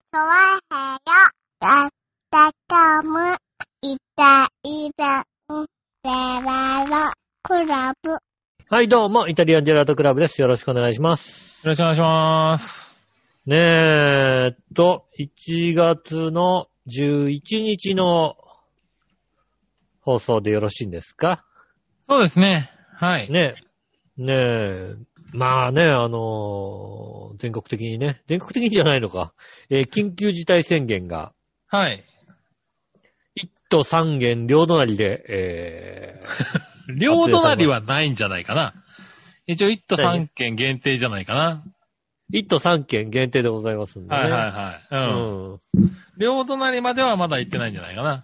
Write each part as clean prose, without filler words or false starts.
チョワヘヨだったかむいたいたんでららクラブ。 はい、どうも、イタリアンジェラートクラブです。よろしくお願いします。 よろしくお願いします。 1月の11日の放送でよろしいんですか？ そうですね。はい。 ねえ。まあね、全国的にじゃないのか。緊急事態宣言が、 はい。 1都3県両隣で、 両隣はないんじゃないかな。一応1都3県限定じゃないかな。 1都3県限定でございますんでね。 はいはいはい。両隣まではまだ行ってないんじゃないかな。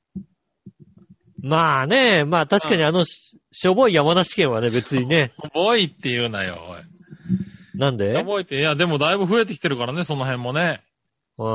まあね、まあ確かにしょぼい山梨県はね、別にね。 しょぼいって言うなよ、おい。 なんで？ しょぼいって、いやでもだいぶ増えてきてるからね、その辺もね。 うん。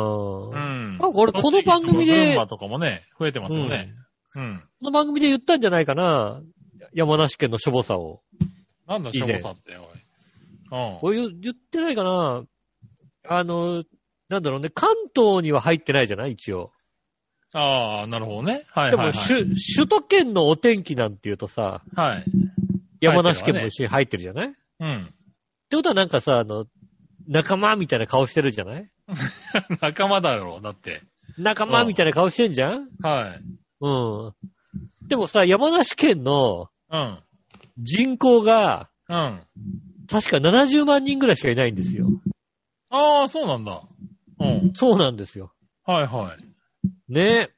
あ、 これこの番組で。 群馬とかもね、増えてますよね。 この番組で言ったんじゃないかな。山梨県のしょぼさを。 なんだしょぼさって、 おい。言ってないかな。なんだろうね、関東には入ってないじゃない？一応。 ああ、なるほどね。はいはい、はい。 でも、首都圏のお天気なんて言うとさ、 はい。 山梨県も一緒に入ってるじゃない？ うん。 ってことはなんかさ、仲間みたいな顔してるじゃない？ 仲間だろう、だって。 仲間みたいな顔してんじゃん？ はい。 うん。でもさ、山梨県の人口が、確か70万人ぐらいしかいないんですよ。 ああ、そうなんだ。 そうなんですよ。 はいはい。 ね。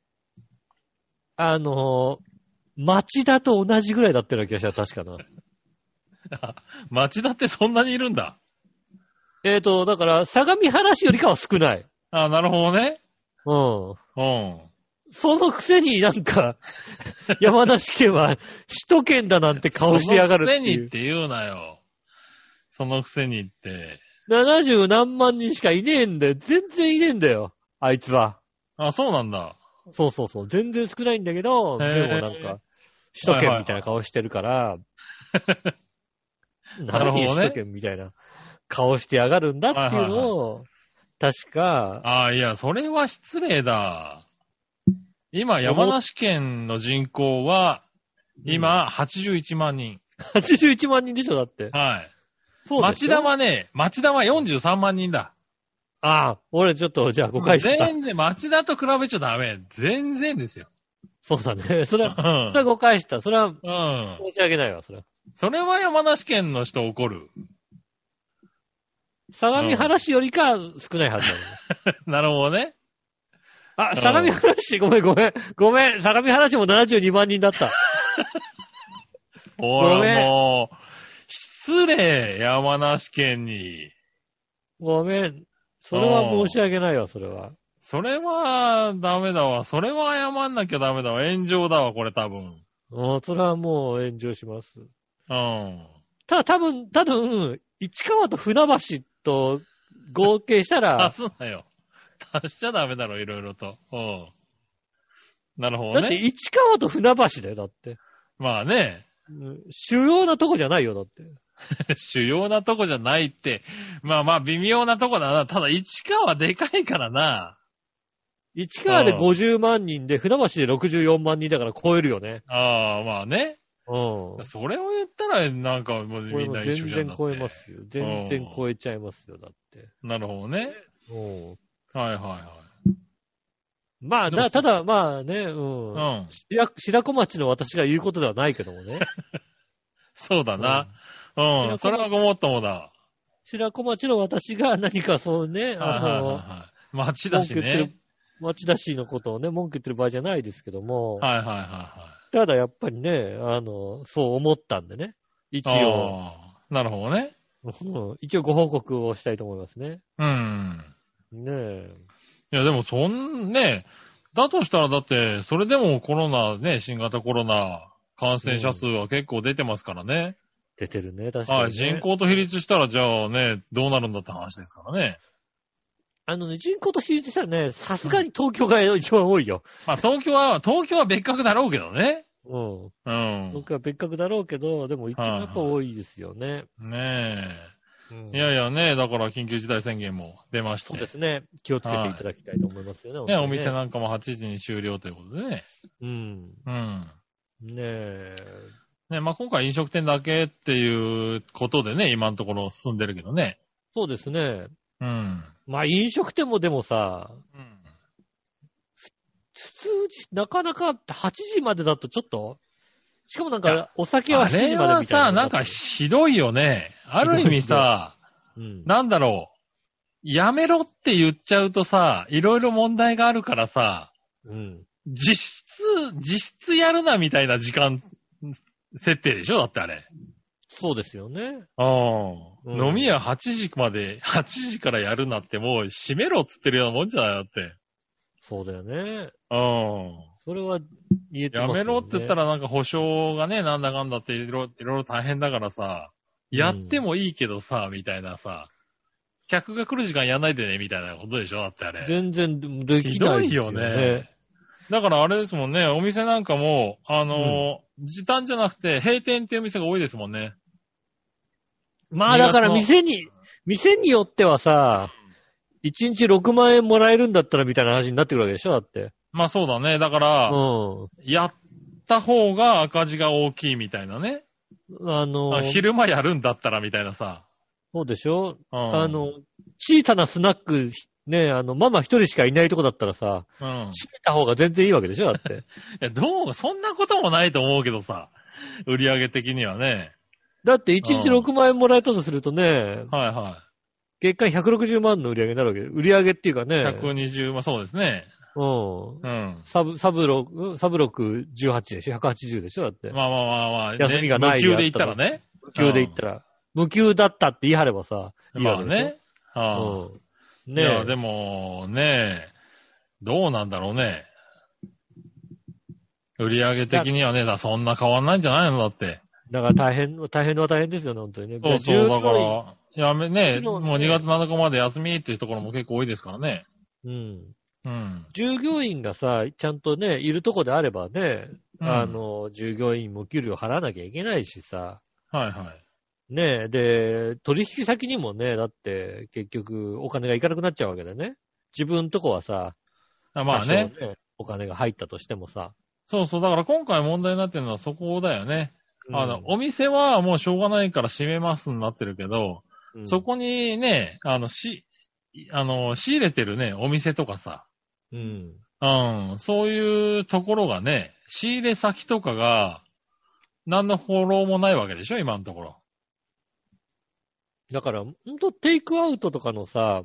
町田と同じぐらいだったような気がした、確かな。 町田ってそんなにいるんだ。 だから、相模原市よりかは少ない。 ああ、なるほどね。 そのくせになんか、山梨県は首都圏だなんて顔してやがるっていう。 そのくせにって言うなよ。そのくせにって。 70何万人しかいねえんだよ。全然いねえんだよ。あいつは。 あ、そうなんだ。 そうそうそう。全然少ないんだけど、でもなんか、首都圏みたいな顔してるから、 なるほどね。 首都圏みたいな顔してやがるんだっていうのを、確か。 ああ、いや、それは失礼だ。今、山梨県の人口は、今、81万人。 81万人でしょ、だって。 はい。 そうですよ。 町田は43万人だ。 ああ、俺ちょっと、じゃあ誤解した。 全然、町田と比べちゃダメ。全然ですよ。 そうだね。それは誤解した。それは、申し訳ないわ、それは。 それは山梨県の人怒る。 相模原市よりか少ないはずだね。 なるほどね。 あ、相模原市、ごめん。相模原市も72万人だった。 ほら、もう、失礼、山梨県に。 ごめん。それは申し訳ないわ、それは。 それは、ダメだわ。それは謝んなきゃダメだわ。炎上だわ、これ多分。 それはもう炎上します。多分、市川と船橋と合計したら。 足すなよ。足しちゃダメだろ、いろいろと。なるほどね。 だって市川と船橋だよ、だって。 まあね。 主要なとこじゃないよ、だって。 主要なとこじゃないって。まあ、微妙なとこだな。ただ、市川でかいからな。 市川で50万人で、船橋で64万人だから超えるよね。 ああ、まあね。それを言ったら、なんかもうみんな一緒じゃんだって。 全然超えますよ。全然超えちゃいますよ、だって。 なるほどね。はいはいはい。 まあ、ただ、まあね、白子町の私が言うことではないけどもね。 そうだな。それはごもっともだ。 白子町の私が何かそうね、 町だしね。 町田市のことをね、文句言ってる場合じゃないですけども。 はいはいはいはい。 ただやっぱりね、そう思ったんでね。一応。 なるほどね。 一応ご報告をしたいと思いますね。ねえ。 いやでもだとしたらだって、それでも新型コロナ感染者数は結構出てますからね。 出てるね、確かに、ね。 はい、人口と比率したらじゃあね、どうなるんだって話ですからね。 人口と比率したらね、さすがに東京が一番多いよ。 まあ東京は別格だろうけどね。 東京は別格だろうけど、でも一番やっぱ多いですよね。 ねいやいやね、だから緊急事態宣言も出まして。 そうですね。気をつけていただきたいと思いますよね。 ね、お店なんかも8時に終了ということでね。 うん。 うん。 ねえ。 ね、まあ、今回飲食店だけっていうことでね、今のところ進んでるけどね。 そうですね。 うん。 まあ、飲食店もでもさ、 うん。 普通になかなか8時までだとちょっと、しかもなんか、お酒は7時までみたいな。 あれはさ、なんかひどいよね。ある意味さ、 うん、 なんだろう。やめろって言っちゃうとさ、いろいろ問題があるからさ、 うん、 実質やるなみたいな時間設定でしょだってあれ。 そうですよね。 うん。飲み屋8時まで、8時からやるなってもう閉めろっつってるようなもんじゃないだって。 そうだよね。 うん。 それは言えてますよね。 やめろって言ったらなんか保証がね、なんだかんだっていろいろ大変だからさ、やってもいいけどさ、みたいなさ、客が来る時間やんないでね、みたいなことでしょだってあれ。 全然できないですよね。ひどいよね。 だからあれですもんね、お店なんかも、時短じゃなくて閉店っていう店が多いですもんね。 まあだから店によってはさ、1日6万円もらえるんだったらみたいな話になってくるわけでしょだって。 まあそうだね。だから、やった方が赤字が大きいみたいなね。昼間やるんだったらみたいなさ。 そうでしょ、小さなスナック、ね、ママ一人しかいないとこだったらさ、閉めた方が全然いいわけでしょだって。 いや、そんなこともないと思うけどさ、売り上げ的にはね。 だって1日6万円もらえたとするとね、 はいはい。 月間160万の売り上げになるわけで、売り上げっていうかね。 120、まあそうですね。 うん。サブロック18でしょ ?180 でしょだって。 まあ。 休みがない。 無給で言ったらね。 無給で言ったら。無給だったって言い張ればさ、いいわけでしょ。 まあね。ねえ。いや、でも、ねえ、どうなんだろうね。売り上げ的にはね、そんな変わんないんじゃないのだって。 だから大変は大変ですよね、本当にね。 そう、だから、ね、もう2月7日まで休みっていうところも結構多いですからね。 うん。従業員がさ、ちゃんとね、いるとこであればね、従業員も給料払わなきゃいけないしさ。 はいはい。 ねえ、で、取引先にもね、だって結局お金がいかなくなっちゃうわけだよね。自分とこはさ、 まあね、 お金が入ったとしてもさ。 そうそう、だから今回問題になってるのはそこだよね。お店はもうしょうがないから閉めますになってるけど、そこにね、仕入れてるね、お店とかさ、そういうところがね、仕入れ先とかが、何のフォローもないわけでしょ、今のところ。 だから、ほんとテイクアウトとかのさ、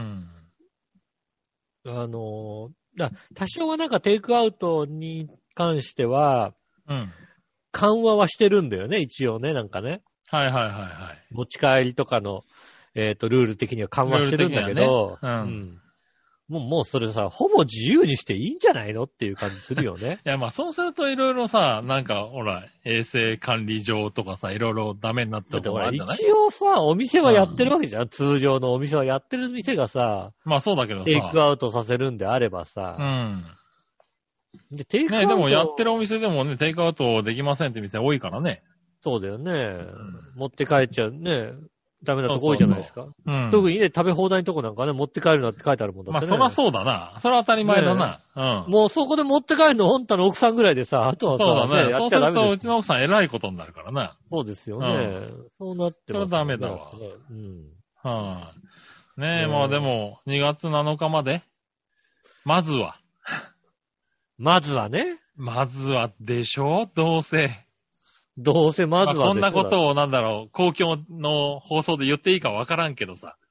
多少はなんかテイクアウトに関しては、緩和はしてるんだよね、一応ね、なんかね。 はい。 持ち帰りとかの、ルール的には緩和してるんだけど、もうそれさ、ほぼ自由にしていいんじゃないのっていう感じするよね。 いや、まあそうするといろいろさ、なんか、ほら、衛生管理上とかさ、いろいろダメになったところあるじゃない？ 一応さ、お店はやってるわけじゃん、通常のお店はやってる店がさ、 まあそうだけどさ、 テイクアウトさせるんであればさ、 で、テイクアウト。ね、でもやってるお店でもね、テイクアウトできませんって店多いからね。 そうだよね。持って帰っちゃうね。ダメなとこ多いじゃないですか。特にね、食べ放題のとこなんかね、持って帰るなって書いてあるもんだってね。 まあ、そらそうだな。それは当たり前だな。 もうそこで持って帰るの、本当の奥さんぐらいでさ、あとはさ、 そうだね。 やっちゃダメです。そうすると、うちの奥さん偉いことになるからな。 そうですよね。そうなってます。 それはダメだわ。ねえ、まあでも、2月7日まで、まずはね。まずはでしょ？どうせまずはこんなことをなんだろう、公共の放送で言っていいかわからんけどさ。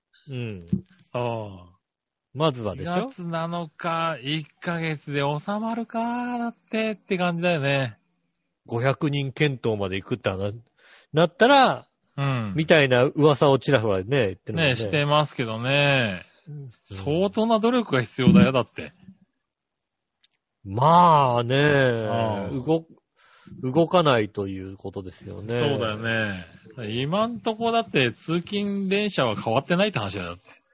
まずはでしょ？ 2月7日、1ヶ月で収まるかだって感じだよね。 500人検討まで行くってなったら、みたいな噂をちらほらね、言ってるね。してますけどね。相当な努力が必要だよ、だって。 まあね、動かないということですよね。 そうだよね。今んとこだって通勤電車は変わってないって話だよ。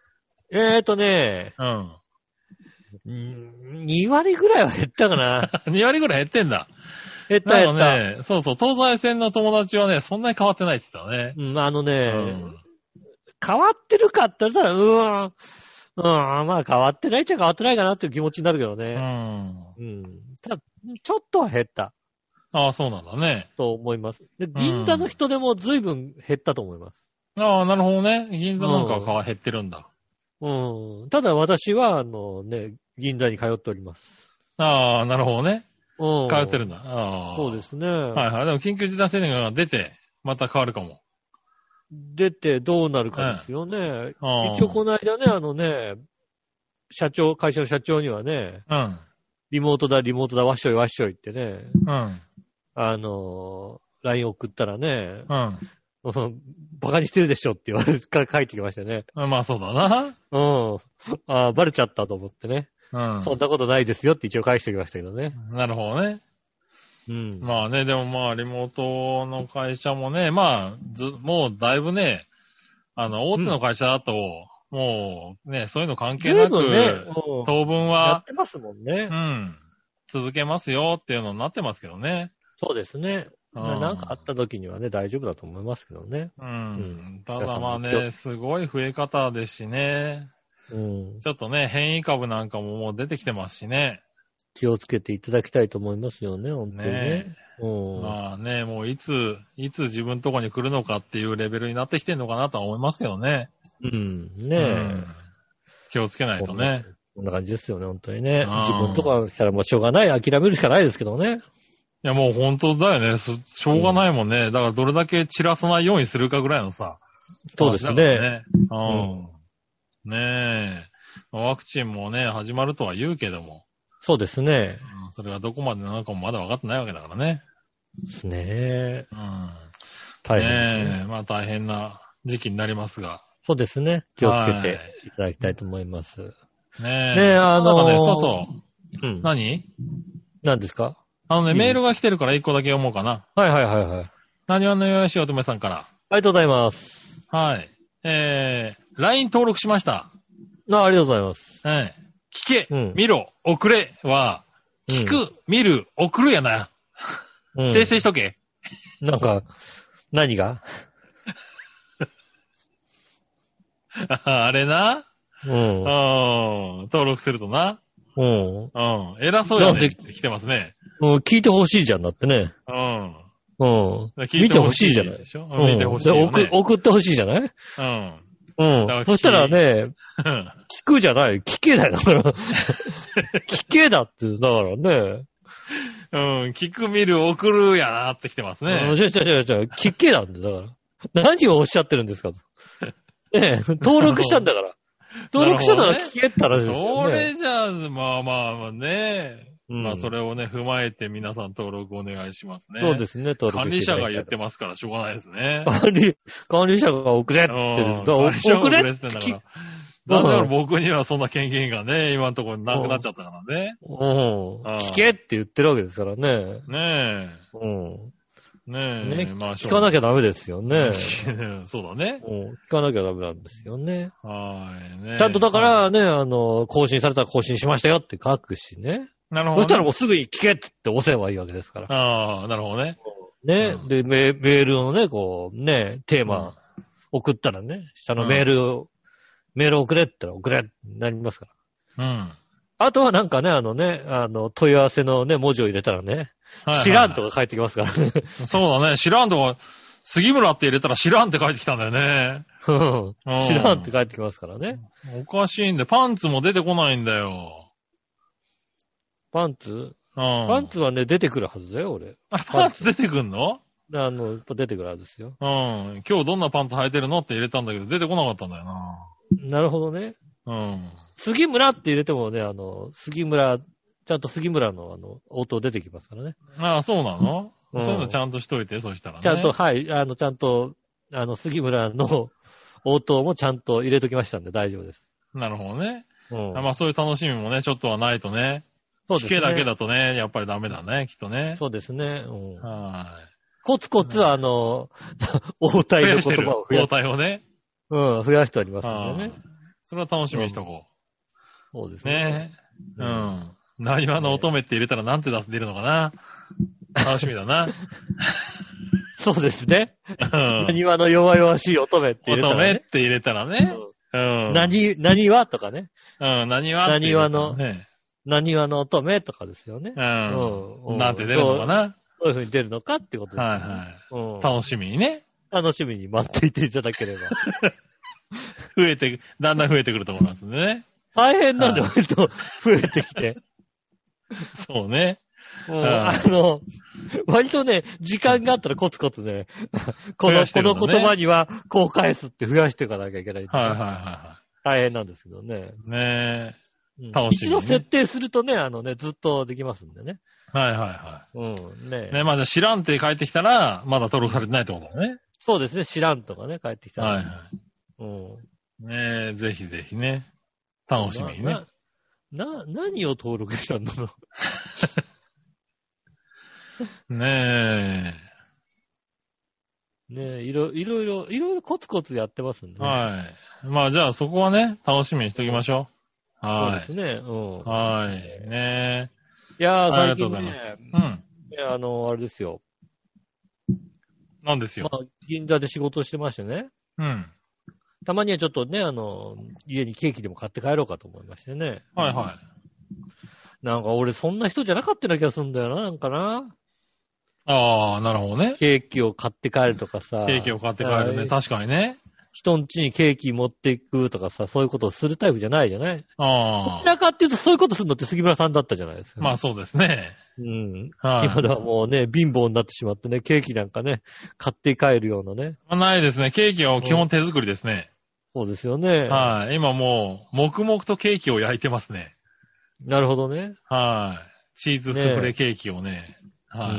2割ぐらいは減ったかな。 2割ぐらい減ってんだ。 減ったね。そうそう、東西線の友達はね、そんなに変わってないって言ったね。 変わってるかって言ったら、まあ変わってないっちゃ変わってないかなっていう気持ちになるけどね。ただ、ちょっとは減った。 ああ、そうなんだね。 と思います。で、銀座の人でも随分減ったと思います。 ああ、なるほどね。銀座なんかは減ってるんだ。 ただ私は、銀座に通っております。 ああ、なるほどね。通ってるんだ。ああ。 そうですね。 はいはい。でも緊急事態宣言が出て、また変わるかも。 出てどうなるかですよね。一応この間ね、会社の社長にはね、リモートだ、わっしょいってね、LINE 送ったらね、バカにしてるでしょって言われてから帰ってきましたね。 まあそうだな。 バレちゃったと思ってね。そんなことないですよって一応返しておきましたけどね。 なるほどね。まあね、でもまあリモートの会社もね、まあ、もうだいぶね、大手の会社だと、もうね、そういうの関係なく、当分は、 やってますもんね。 続けますよっていうのになってますけどね。 そうですね。なんかあった時にはね、大丈夫だと思いますけどね。 ただまあね、すごい増え方ですしね。ちょっとね、変異株なんかももう出てきてますしね。 気をつけていただきたいと思いますよね、本当にね。 まあね、もういつ自分のとこに来るのかっていうレベルになってきてんのかなとは思いますけどね。気をつけないとね。 こんな感じですよね、本当にね。自分とかしたらもうしょうがない、諦めるしかないですけどね。 いやもう本当だよね。しょうがないもんね。だからどれだけ散らさないようにするかぐらいのさ。 そうですね。 ねえ。ワクチンもね、始まるとは言うけども。 そうですね。 それがどこまでなのかもまだ分かってないわけだからね。 ですね。 大変ですね。まあ大変な時期になりますが。 そうですね。気をつけていただきたいと思います。 ねえ。 そうそう。何ですか？ メールが来てるから一個だけ読もうかな。 はい。 何話のよしおとめさんから。 ありがとうございます。 はい。LINE 登録しました。 ありがとうございます。 聞け、見ろ、送れは、聞く、見る、送るやな。訂正しとけ。 なんか、何があれな。登録するとな。偉そうやねって来てますね。 聞いてほしいじゃんだってね。見てほしいじゃない。 見てほしい。 送ってほしいじゃない？そしたらね、聞くじゃない。聞けだよ。だから。聞けだって、だからね。 聞く、見る、送るやなって来てますね。 聞けなんで、だから。何をおっしゃってるんですかと。登録したんだから。登録したら聞けったらですよね。 それじゃあ、まあね。まあそれをね、踏まえて皆さん登録お願いしますね。 そうですね、登録。 管理者が言ってますからしょうがないですね。 管理者が送れって言ってる。 送れって言ってんだから。だから僕にはそんな権限がね、今のところなくなっちゃったからね。 聞けって言ってるわけですからね。 ねえ。まあ聞かなきゃダメですよね。 そうだね。 聞かなきゃダメなんですよね。 はい。 ちゃんとだからね、更新されたら更新しましたよって書くしね。 なるほど。 そしたらもうすぐに聞けって押せばいいわけですから。 なるほどね。 ね。で、メールのね、こう、ね、テーマ送ったらね、下のメール送れって言ったら送れってなりますから。あとはなんかね、問い合わせのね、文字を入れたらね、知らんとか返ってきますからね。 そうだね、知らんとか、杉村って入れたら知らんって返ってきたんだよね。 知らんって返ってきますからね。 おかしいんで、パンツも出てこないんだよ。 パンツはね、出てくるはずだよ、俺。 パンツ出てくんの？ 出てくるはずですよ。 今日どんなパンツ履いてるのって入れたんだけど、出てこなかったんだよな。 なるほどね。杉村って入れてもね、ちゃんと杉村の応答出てきますからね。 そうなの？そういうのちゃんとしといて、そしたらね。 ちゃんと、はい、ちゃんと、杉村の応答もちゃんと入れときましたんで大丈夫です。 なるほどね。まあそういう楽しみもね、ちょっとはないとね。そうですね。聞けだけだとね、やっぱりダメだね、きっとね。 そうですね。コツコツ応対の言葉を応対をね。 増やしておりますんでね。 それは楽しみにしとこう。そうですね。 何話の乙女って入れたらなんて出るのかな。楽しみだな。 そうですね。 うん。 何話の弱々しい乙女って入れたら、ね。 乙女って入れたらね。うん。 何話とかね。 うん、何話って入れたらね。 何話の乙女とかですよね。 うん。なんて出るのかな。 どういう風に出るのかってことですね。 はいはい。楽しみにね。 楽しみに待っていていただければ。 だんだん増えてくると思いますんでね。 大変なんで割と増えてきて。 そうね。 割とね、時間があったらコツコツね、この言葉にはこう返すって増やしていかなきゃいけない、ね。 はいはいはい。 大変なんですけどね。 ねえ。楽しみ、ね。 一度設定するとね、ずっとできますんでね。 はいはいはい。 うん。ねまあじゃあ知らんって帰ってきたら、まだ登録されてないってことだね。 そうですね、知らんとかね、帰ってきたら。 はいはい。ねえ、ぜひぜひね。楽しみにね。 何を登録したんだろう。ねえ。ねえ、いろいろコツコツやってますんでね。 はい。まあじゃあそこはね、楽しみにしておきましょう。 はい。そうですね。 はい。ねえ。 いやー、最近ね、 ありがとうございます。うん。 あれですよ。 なんですよ。 まあ、銀座で仕事をしてましてね。 うん。 たまにはちょっとね、家にケーキでも買って帰ろうかと思いましてね。 はいはい。 なんか俺そんな人じゃなかったような気がするんだよな、なんかな。 ああ、なるほどね。 ケーキを買って帰るとかさ。 ケーキを買って帰るね。確かにね。 人ん家にケーキ持っていくとかさ、そういうことをするタイプじゃないじゃない？ ああ。 どちらかっていうとそういうことするのって杉村さんだったじゃないですか、ね。 まあそうですね。 うん。 はい。 今ではもうね、貧乏になってしまってね、ケーキなんかね、買って帰るようなね。 ないですね。ケーキは基本手作りですね。 そうですよね。 はい。今もう、黙々とケーキを焼いてますね。 なるほどね。 はい。チーズスフレケーキをね。はい。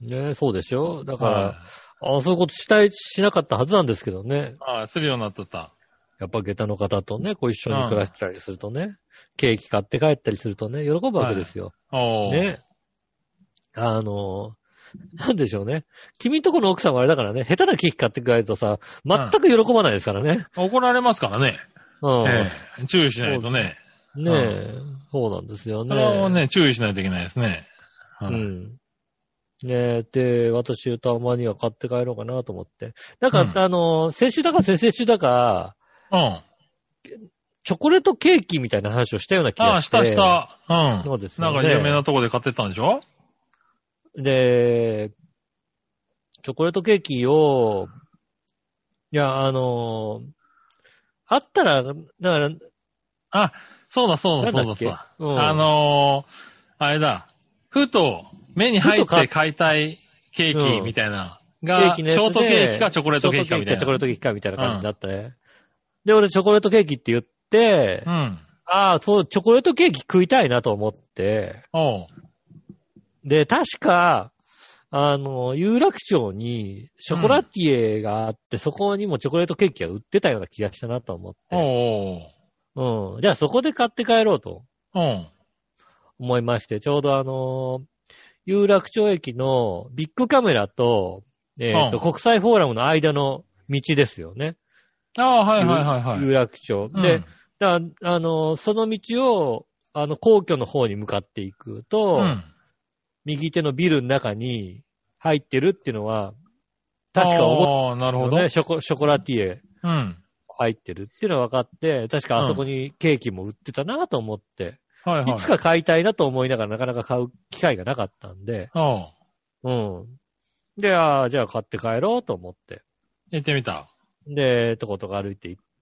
ね、そうでしょ。だから、そういうことしなかったはずなんですけどね。 するようになっとった。 やっぱ下駄の方とね、こう一緒に暮らしたりするとね、ケーキ買って帰ったりするとね、喜ぶわけですよ。ね。なんでしょうね。君んとこの奥さんはあれだからね、下手なケーキ買って帰るとさ、全く喜ばないですからね。 怒られますからね。注意しないとね。 ねえ、そうなんですよね。 それはね、注意しないといけないですね。 うん。ねえ、で、私たまには買って帰ろうかなと思って。なんか、先週だか先々週だか、チョコレートケーキみたいな話をしたような気がして。 した。 そうですね。 なんか有名なとこで買ってったんでしょ？ で、チョコレートケーキを、いや、あったら、だから、 そうだ。あれだ。ふと目に入って買いたいケーキみたいな。が、ショートケーキかチョコレートケーキかみたいな。 チョコレートケーキかみたいな感じだったね。で、俺チョコレートケーキって言って、そう、チョコレートケーキ食いたいなと思って、で、確か、有楽町にショコラティエがあって、そこにもチョコレートケーキが売ってたような気がしたなと思って。じゃあそこで買って帰ろうと。思いまして、ちょうど有楽町駅のビッグカメラと、国際フォーラムの間の道ですよね。 はい。 有楽町。で、その道を、皇居の方に向かっていくと、右手のビルの中に入ってるっていうのは、確かなるほど。 ショコラティエ。入ってるっていうのは分かって、確かあそこにケーキも売ってたなと思って、いつか買いたいなと思いながらなかなか買う機会がなかったんで、で、じゃあ買って帰ろうと思って。 行ってみた。 で、とことか歩いて行って、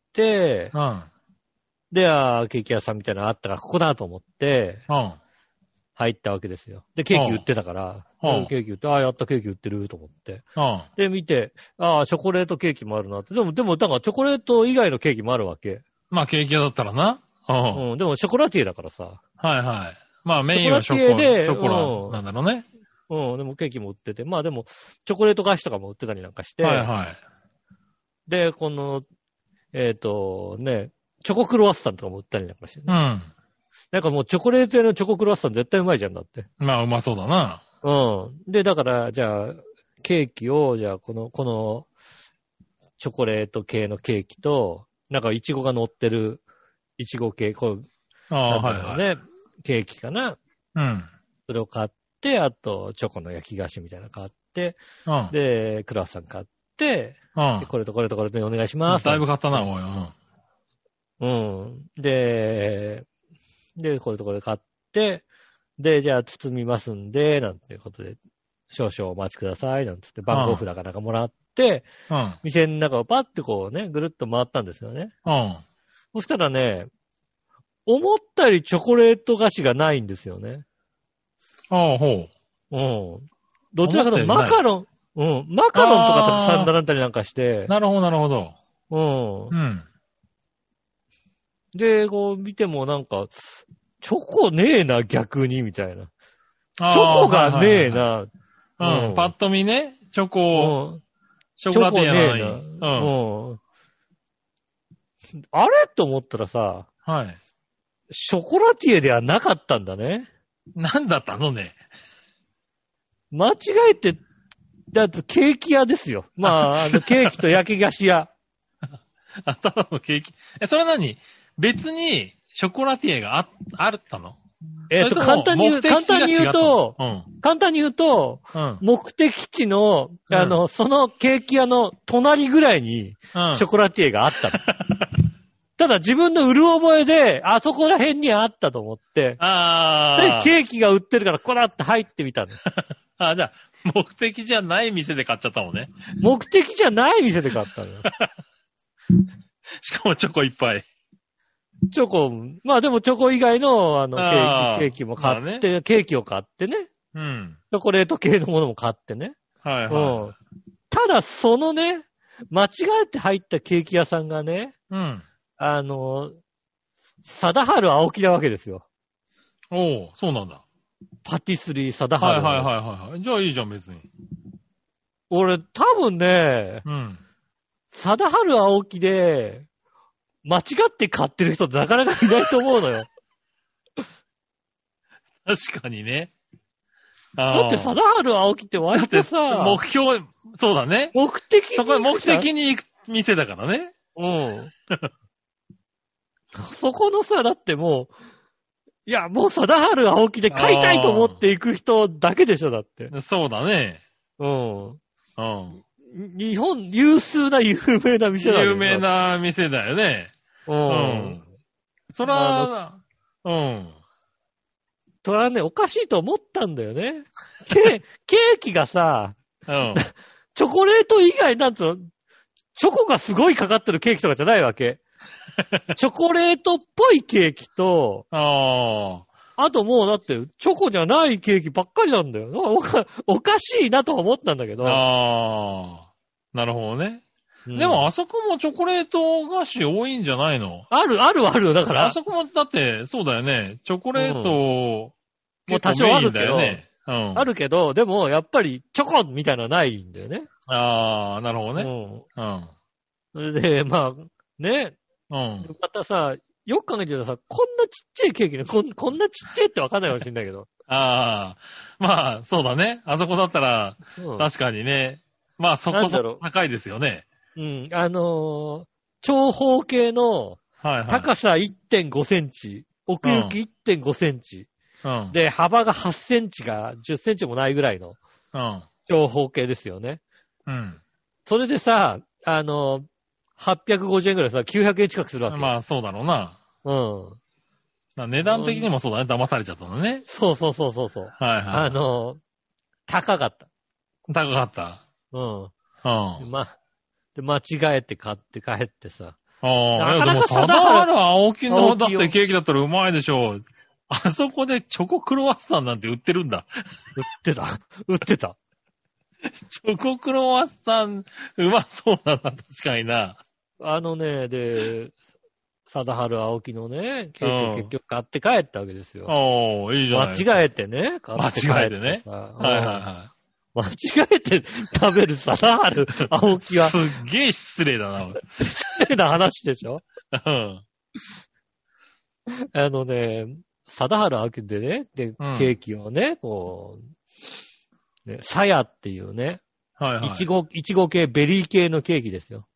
で、ケーキ屋さんみたいなのあったから、ここだと思って、入ったわけですよ。で、ケーキ売ってたから、ケーキ売って、やったケーキ売ってると思って。で、見て、チョコレートケーキもあるなって。でも、だからチョコレート以外のケーキもあるわけ。 まあ、ケーキ屋だったらな。 でも、ショコラティエだからさ。 まあ、メインはショコラなんだろうね。 でもケーキも売ってて。まあ、でも、チョコレート菓子とかも売ってたりなんかして。で、この、チョコクロワッサンとかも売ったりなんかして、なんかもうチョコレート屋のチョコクロワッサン絶対うまいじゃんだって。 まあ、うまそうだな。 で、だから、じゃあ、ケーキを、じゃあ、この、チョコレート系のケーキと、なんかイチゴが乗ってる、イチゴ系、ケーキかな。それを買って、あと、チョコの焼き菓子みたいなの買っ 、 うん。 で、クロワッサン買って、 うん。 これとこれとこれとお願いします。 だいぶ買ったな、おい。 うん。で、これとこれ買って、で、じゃあ包みますんで、なんていうことで、少々お待ちください、なんつって番号札かなんかもらって、 うん。 店の中をパッてこうね、ぐるっと回ったんですよね。 うん。 そしたらね、思ったよりチョコレート菓子がないんですよね。 ああ、ほうん。どちらかというとマカロン、うん。マカロンとかたくさん並んだりなんかして。 なるほど、なるほど。 うん。で、こう見てもなんか、チョコねえな、逆に、みたいな。チョコがねえな。 うん。パッと見ね、チョコラティエなのに。 うん。あれと思ったらさ、 はい。 ショコラティエではなかったんだね。 なんだったのね。 間違えて、だってケーキ屋ですよ。まあ、ケーキと焼き菓子屋。 ただのケーキ。それは何？別にショコラティエがあったの？ 簡単に言うと、目的地の、そのケーキ屋の隣ぐらいに、ショコラティエがあったの。ただ自分のうる覚えで、あそこら辺にあったと思って、で、ケーキが売ってるから、こらって入ってみたの。 じゃあ、目的じゃない店で買っちゃったもんね。 目的じゃない店で買ったのよ。 しかもチョコいっぱい。 チョコ、まあでもチョコ以外のケーキも買って、ケーキを買ってね。 うん。 チョコレート系のものも買ってね。 はいはい。 ただそのね、間違えて入ったケーキ屋さんがね、 うん。 貞治青木なわけですよ。 おう、そうなんだ。 パティスリー貞治。 はい。じゃあいいじゃん、別に。 俺、多分ね、 うん。 貞治青木で、間違って買ってる人ってなかなかいないと思うのよ。 確かにね。 だって貞治青木って割とさ、 目標、そうだね。 目的に行く店だからね。 うん。そこのさ、だってもう、いや、もう貞治青木で買いたいと思っていく人だけでしょ、だって。 そうだね。 うん。日本有数な有名な店だよね。 有名な店だよね。 うん。 そら、 それはね、おかしいと思ったんだよね。ケーキがさ、チョコレート以外なんつうの、チョコがすごいかかってるケーキとかじゃないわけ。チョコレートっぽいケーキと、あともうだって、チョコじゃないケーキばっかりなんだよ。おかしいなとは思ったんだけど。 なるほどね。でもあそこもチョコレート菓子多いんじゃないの？ ある、だから。 あそこもだって、そうだよね。チョコレート、 もう多少あるけど、 あるけど、でもやっぱりチョコみたいなのはないんだよね。 なるほどね。 それで、まあ、ね。またさ、よく考えてるとさ、こんなちっちゃいケーキね、こんなちっちゃいってわかんないかもしれないけど。 まあ、そうだね。あそこだったら、確かにね。まあ、そこそこ高いですよね。 長方形の、高さ 1.5 センチ、奥行き 1.5 センチ、で、幅が8センチが10センチもないぐらいの、長方形ですよね。それでさ、850円ぐらいさ、900円近くするわけ。 まあ、そうだろうな。値段的にもそうだね。騙されちゃったのね。 そう。高かった。 高かった。 間違えて買って帰ってさ。 でも、貞治青木のだってケーキだったらうまいでしょう。あそこでチョコクロワッサンなんて売ってるんだ。 売ってた。 チョコクロワッサン、うまそうだな、確かにな。 で、貞治青木のね、ケーキを結局買って帰ったわけですよ。 いいじゃない。 間違えてね。 間違えてね。 間違えて食べる貞治青木は。 すっげえ失礼だな。 失礼な話でしょ？貞治青木でね、ケーキをね、こう、さやっていうね、いちご系、ベリー系のケーキですよ。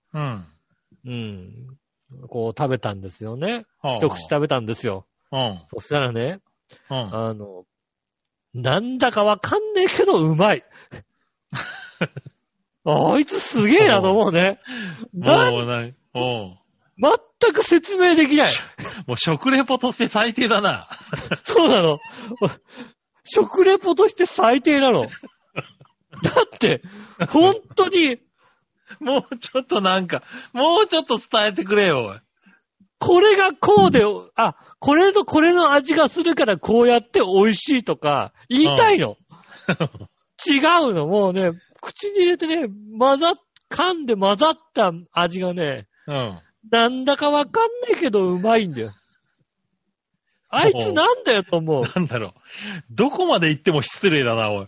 こう食べたんですよね。一口食べたんですよ。そしたらね、なんだかわかんねえけどうまい。 あいつすげえなと思うね。全く説明できない。 もう食レポとして最低だな。 そうなの。食レポとして最低なの。だって、本当に。 もうちょっとなんか、もうちょっと伝えてくれよ。 これがこうで、これとこれの味がするからこうやって美味しいとか言いたいの。違うの。もうね、口に入れてね、噛んで混ざった味がね、なんだかわかんないけどうまいんだよ。あいつなんだよと思う。 なんだろう。どこまで行っても失礼だな、おい。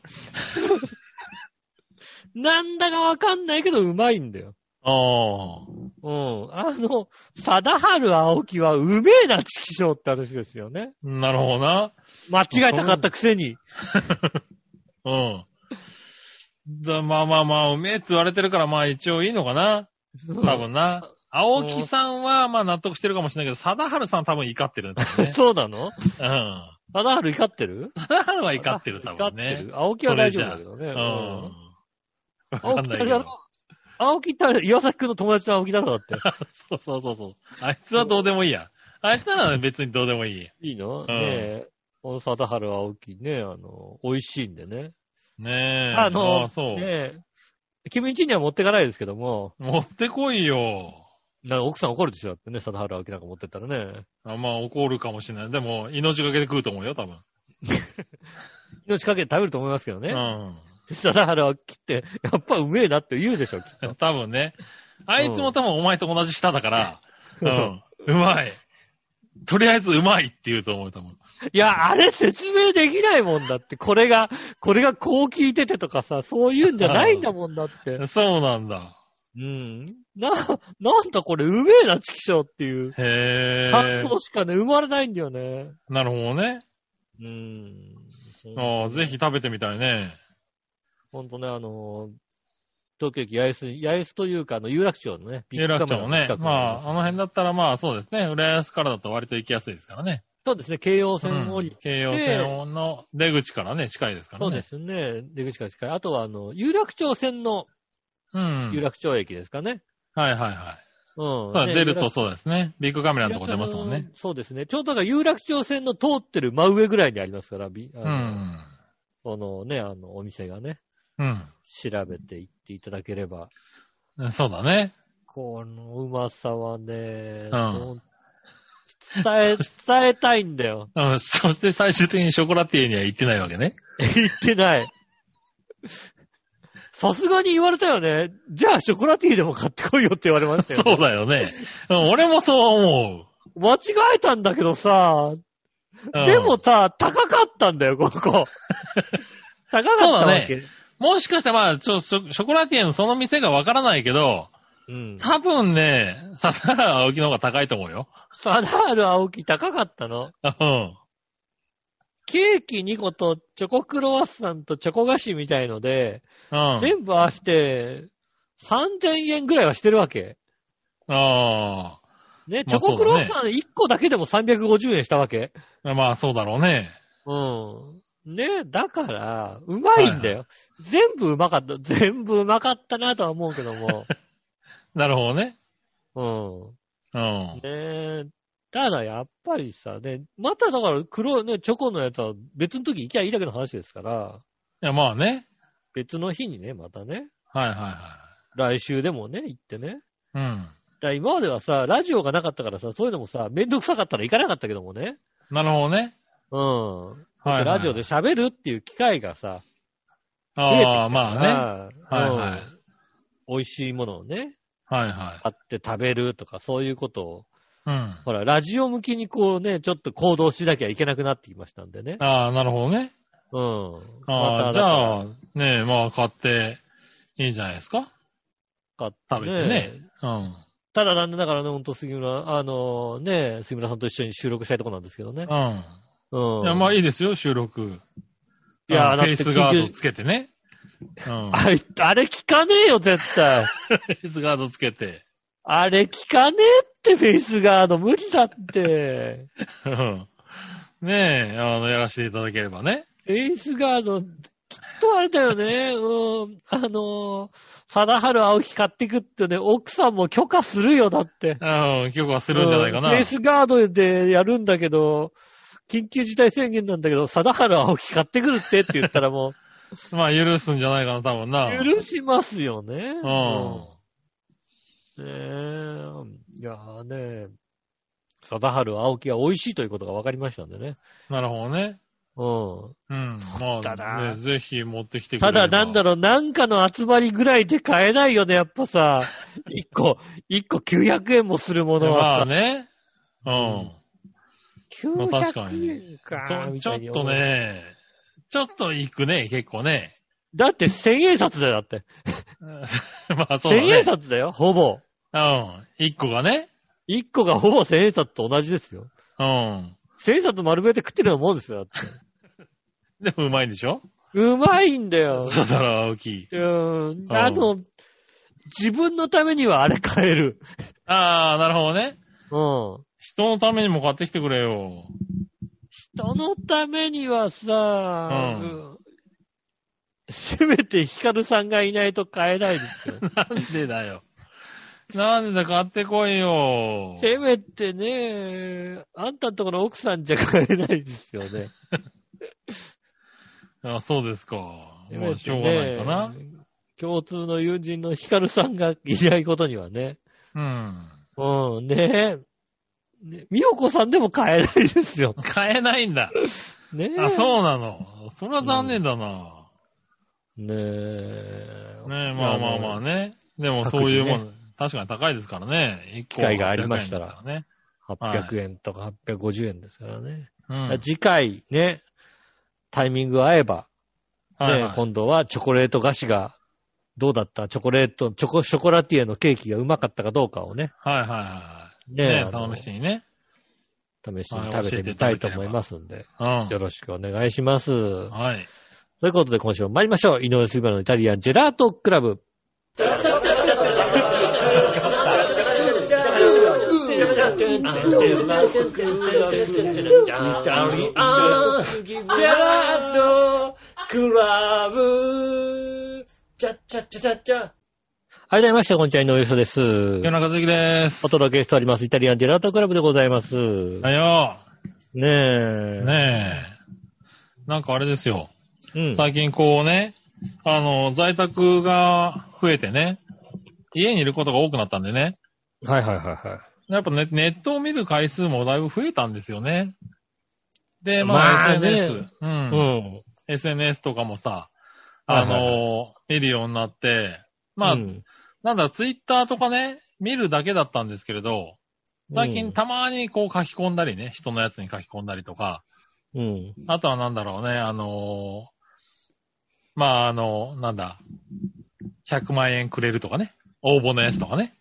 なんだかわかんないけどうまいんだよ。貞治青木はうめえな、チキショーって話ですよね。 なるほどな。 間違えたかったくせに。 まあ、うめえって言われてるから、まあ一応いいのかな。多分な。青木さんは、まあ納得してるかもしれないけど、貞治さん多分怒ってるんだよね。 そうなの？貞治怒ってる？ 貞治は怒ってる、多分ね。怒ってる。 青木は大丈夫だけどね。 青木って青木って岩崎くんの友達の青木だろ、だって。 そう。あいつはどうでもいいや。あいつなら別にどうでもいい。 いいの？ねえ。この貞治青木ね、美味しいんでね。 ねえ。そう。 ねえ。君ん家には持ってかないですけども。 持ってこいよ。 奥さん怒るでしょだってね、貞治青木なんか持ってったらね。 まあ怒るかもしれない。でも、命がけで食うと思うよ、多分。 命かけて食べると思いますけどね。貞治青木って、やっぱうめえなって言うでしょ、きっと。 多分ね。あいつも多分お前と同じ舌だから、うまい。とりあえずうまいって言うと思う、多分。 いや、あれ説明できないもんだって。これがこう聞いててとかさ、そういうんじゃないんだもんだって。 そうなんだ。 なんだこれ、うめえな、チキショーっていう。感想しかね、生まれないんだよね。 なるほどね。ぜひ食べてみたいね。 ほんとね、東京駅八重洲というか、有楽町のね、 有楽町のね。まあ、あの辺だったらまあそうですね。浦安からだと割と行きやすいですからね。 そうですね、京葉線降りて、 京葉線の出口からね、近いですからね。 そうですね、出口から近い。あとは、有楽町線の、有楽町駅ですかね。 はい。そう出るとそうですね。ビッグカメラのとこ出ますもんね。 そうですね。ちょうど有楽町線の通ってる真上ぐらいにありますから、お店がね。調べていっていただければ。 そうだね。 このうまさはね、伝えたいんだよ。 そして最終的にショコラティエには行ってないわけね。 行ってない。さすがに言われたよね。じゃあショコラティエでも買ってこいよって言われましたよね。 そうだよね。俺もそう思う。間違えたんだけどさ、でもさ、高かったんだよ、ここ。高かったわけ。 もしかしたらショコラティエのその店がわからないけど、多分ね、貞治青木の方が高いと思うよ。 貞治青木高かったの？ケーキ2個とチョコクロワッサンとチョコ菓子みたいので、全部合わせて3000円ぐらいはしてるわけ。ね、チョコクロワッサン1個だけでも350円したわけ。 まあそうだろうね。 ね、だから、うまいんだよ。全部うまかったなとは思うけども。 なるほどね。 ね、ただやっぱりさ、ね、まただから黒いね、チョコのやつは別の時行きゃいいだけの話ですから。 いや、まあね。 別の日にね、またね。 はい。 来週でもね、行ってね。だ今まではさ、ラジオがなかったからさ、そういうのもさ、めんどくさかったら行かなかったけどもね。 なるほどね。 ラジオで喋るっていう機会がさ、 まあね。 美味しいものをね。 買って食べるとか、そういうことを。ほら、ラジオ向きにこうね、ちょっと行動しなきゃいけなくなってきましたんでね。 なるほどね。じゃあ、ねまあ買っていいんじゃないですか？ 買って、 食べてね。 ただなんでだからね、ほんと杉村さんと一緒に収録したいとこなんですけどね。 いや、まあいいですよ、収録。 いや、 フェイスガードつけてね。 あれ聞かねえよ、絶対。 フェイスガードつけて。 あれ聞かねえって、フェイスガード無理だって。 ねえ、やらせていただければね。 フェイスガード、 とあれだよね。貞治青木買ってくってね、奥さんも許可するよ、だって。 うん、許可するんじゃないかな。 フェイスガードでやるんだけど、緊急事態宣言なんだけど、貞治青木買ってくるって言ったらもう。まあ、許すんじゃないかな、多分な。 許しますよね。 うん。 ねえ。いやーね、貞治青木は美味しいということが分かりましたんでね。 なるほどね。 うん。 うん。まあ、ね、ぜひ持ってきてくれ。 ただなんだろう、なんかの集まりぐらいで買えないよね、やっぱさ。1個900円もするものは。 まあね。うん。 900円か。 確かに。ちょっとね、ちょっと行くね、結構ね。 だって1000円札だよ、だって。 まあそうだね。 1000円札だよ、ほぼ。 うん。1個がね。 1個がほぼ1000円札と同じですよ。 うん。 1000円札丸めて食ってるようなもんですよ、だって。 でもうまいんでしょ？ うまいんだよ。 そうだろ、青木。 自分のためにはあれ買える。 ああ、なるほどね。 うん。 人のためにも買ってきてくれよ。 人のためにはさ、せめてヒカルさんがいないと買えないですよ。 なんでだよ。なんで買ってこいよ。 せめてね、あんたのところ奥さんじゃ買えないですよね。 あ、そうですか。 まあ、 しょうがないかな。 共通の友人のヒカルさんがいないことにはね。 うん。 うん、ねえ。みよこさんでも買えないですよ。 買えないんだ。 ねえ。 あ、そうなの。それは残念だな。 ねえ。 ねえ、まあまあまあね。でもそういうもん、確かに高いですからね。 機会がありましたら。 ね。 800円とか850円ですからね。 うん、 次回ね、タイミング合えば、 はいはい、 今度はチョコレート菓子がどうだったショコラティエのケーキがうまかったかどうかをね。 はいはいはい。 ね試しにね。 試しに食べてみたいと思いますんで。よろしくお願いします。 はい。 ということで今週も参りましょう。井上杉村のイタリアンジェラートクラブ。改めまして、こんにちは、井上です。 夜中好きです。 お届けしております、イタリアンジェラートクラブでございます。 はいよ。 ねえ。 ねえ。なんかあれですよ。 うん、 最近こうね、在宅が増えてね、家にいることが多くなったんでね。 はいはいはいはい。 やっぱネットを見る回数もだいぶ増えたんですよね。で、まあ、SNS、 ね、うん。 SNS とかもさ、見るようになって、まあ、なんだ、ツイッターとかね、見るだけだったんですけれど、最近たまにこう書き込んだりね、人のやつに書き込んだりとか、あとはなんだろうね、まあなんだ、100万円くれるとかね、応募のやつとかね。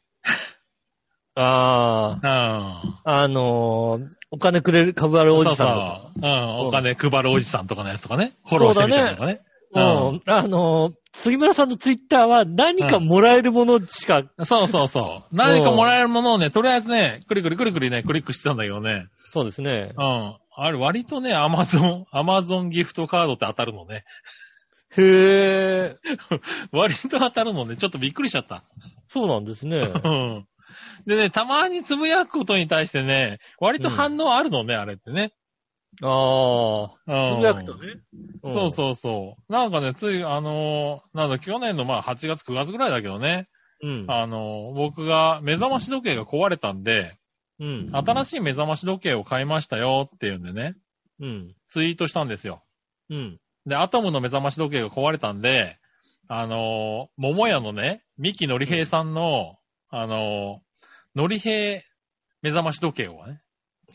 ああ。お金くれる、配るおじさんとか。 お金配るおじさんとかのやつとかね。フォローしてみたりとかね。 杉村さんのツイッターは何かもらえるものしか。 そうそうそう。何かもらえるものをね、とりあえずね、クリクリね、クリックしてたんだけどね。 そうですね。 あれ割とね、アマゾンギフトカードって当たるのね。 へー。 割と当たるのね、ちょっとびっくりしちゃった。 そうなんですね。 でね、たまにつぶやくことに対してね、割と反応あるのね、あれってね。 つぶやくとね。 そうそうそう。なんかね、なんだ、去年のまあ8月9月ぐらいだけどね。僕が目覚まし時計が壊れたんで、新しい目覚まし時計を買いましたよっていうんでね。ツイートしたんですよ。で、アトムの目覚まし時計が壊れたんで、桃屋のね、三木のり平さんの、のり平目覚まし時計をね。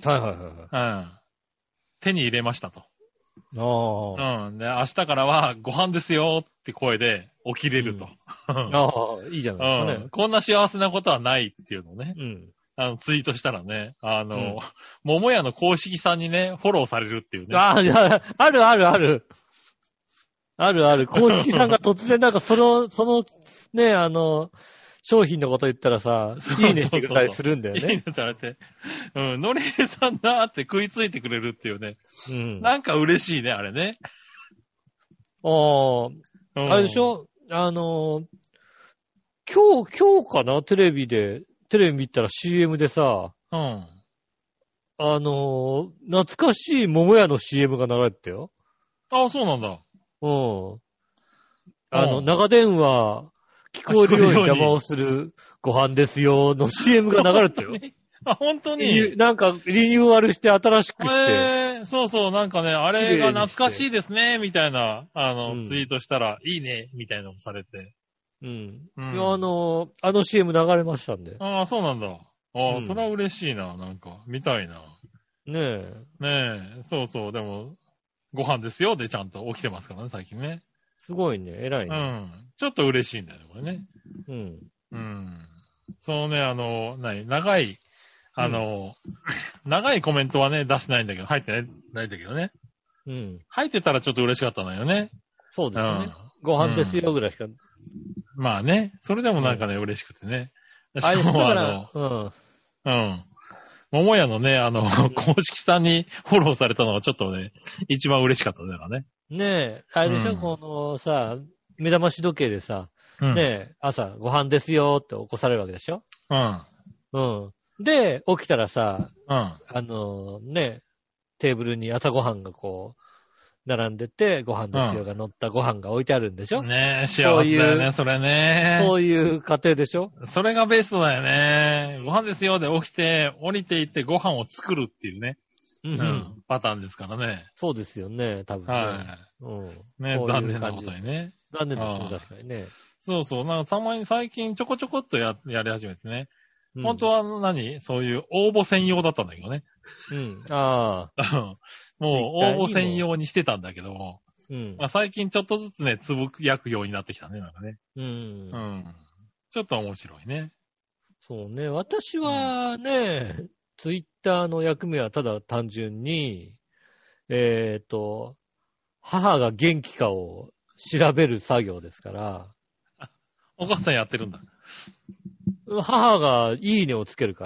手に入れましたと。で、明日からはご飯ですよって声で起きれると。 いいじゃないですかね。 こんな幸せなことはないっていうのをね。ツイートしたらね、桃屋の公式さんにね、フォローされるっていうね。 あるあるある。あるある。公式さんが突然なんかその、ね、商品のこと言ったらさ、いいねしてくれたりするんだよね。 いいねって言われて。のりえさんだって食いついてくれるっていうね。なんか嬉しいね、あれね。 あれでしょ今日かなテレビ見たら CM でさ、 うん。 懐かしい桃屋の CM が流れてたよ。 ああ、そうなんだ。 うん。長電話、聞こえるように邪魔をするご飯ですよの CM が流れてたよ。 あ、本当になんかリニューアルして新しくして。 そうそう、なんかね、あれが懐かしいですね、みたいな、ツイートしたら、いいね、みたいなのもされて。 うん。いや、CM 流れましたんで。 ああ、そうなんだ。ああ、それは嬉しいな、なんか、見たいな。 ねえ。 ねえ、そうそう、でも、ご飯ですよ、でちゃんと起きてますからね、最近ね。 すごいね、偉いね。 うん。ちょっと嬉しいんだよね、これね。 うん。 うん。そのね、長い、長いコメントはね、出してないんだけど、入ってないんだけどね。 うん。 入ってたらちょっと嬉しかったのよね。 そうですね。ご飯ですよぐらいしか。 まあね、それでもなんかね、嬉しくてね。しかも桃屋のね、公式さんにフォローされたのはちょっとね、一番嬉しかっただからね。 ねえ、あれでしょ、このさ、目覚まし時計でさ、ねえ、朝ご飯ですよって起こされるわけでしょ。うん。で、起きたらさ、ね、テーブルに朝ご飯がこう、並んでて、ご飯ですよが乗ったご飯が置いてあるんでしょ。 ねえ、幸せだよね、それね。 そういう家庭でしょ。 それがベストだよね。ご飯ですよで起きて、降りていってご飯を作るっていうね。パターンですからね。 そうですよね、多分ね。 はい。ね、残念なことにね。 残念ですね、確かにね。 そうそう。なんかたまに最近ちょこちょこっとやり始めてね。本当はそういう応募専用だったんだけどね。 ああ。 もう応募専用にしてたんだけども。まあ、最近ちょっとずつね、つぶやくようになってきたね、なんかね。ちょっと面白いね。 そうね。私はね、ツイッターの役目はただ単純に、母が元気かを調べる作業ですから。 お母さんやってるんだ。 母がいいねをつけるから。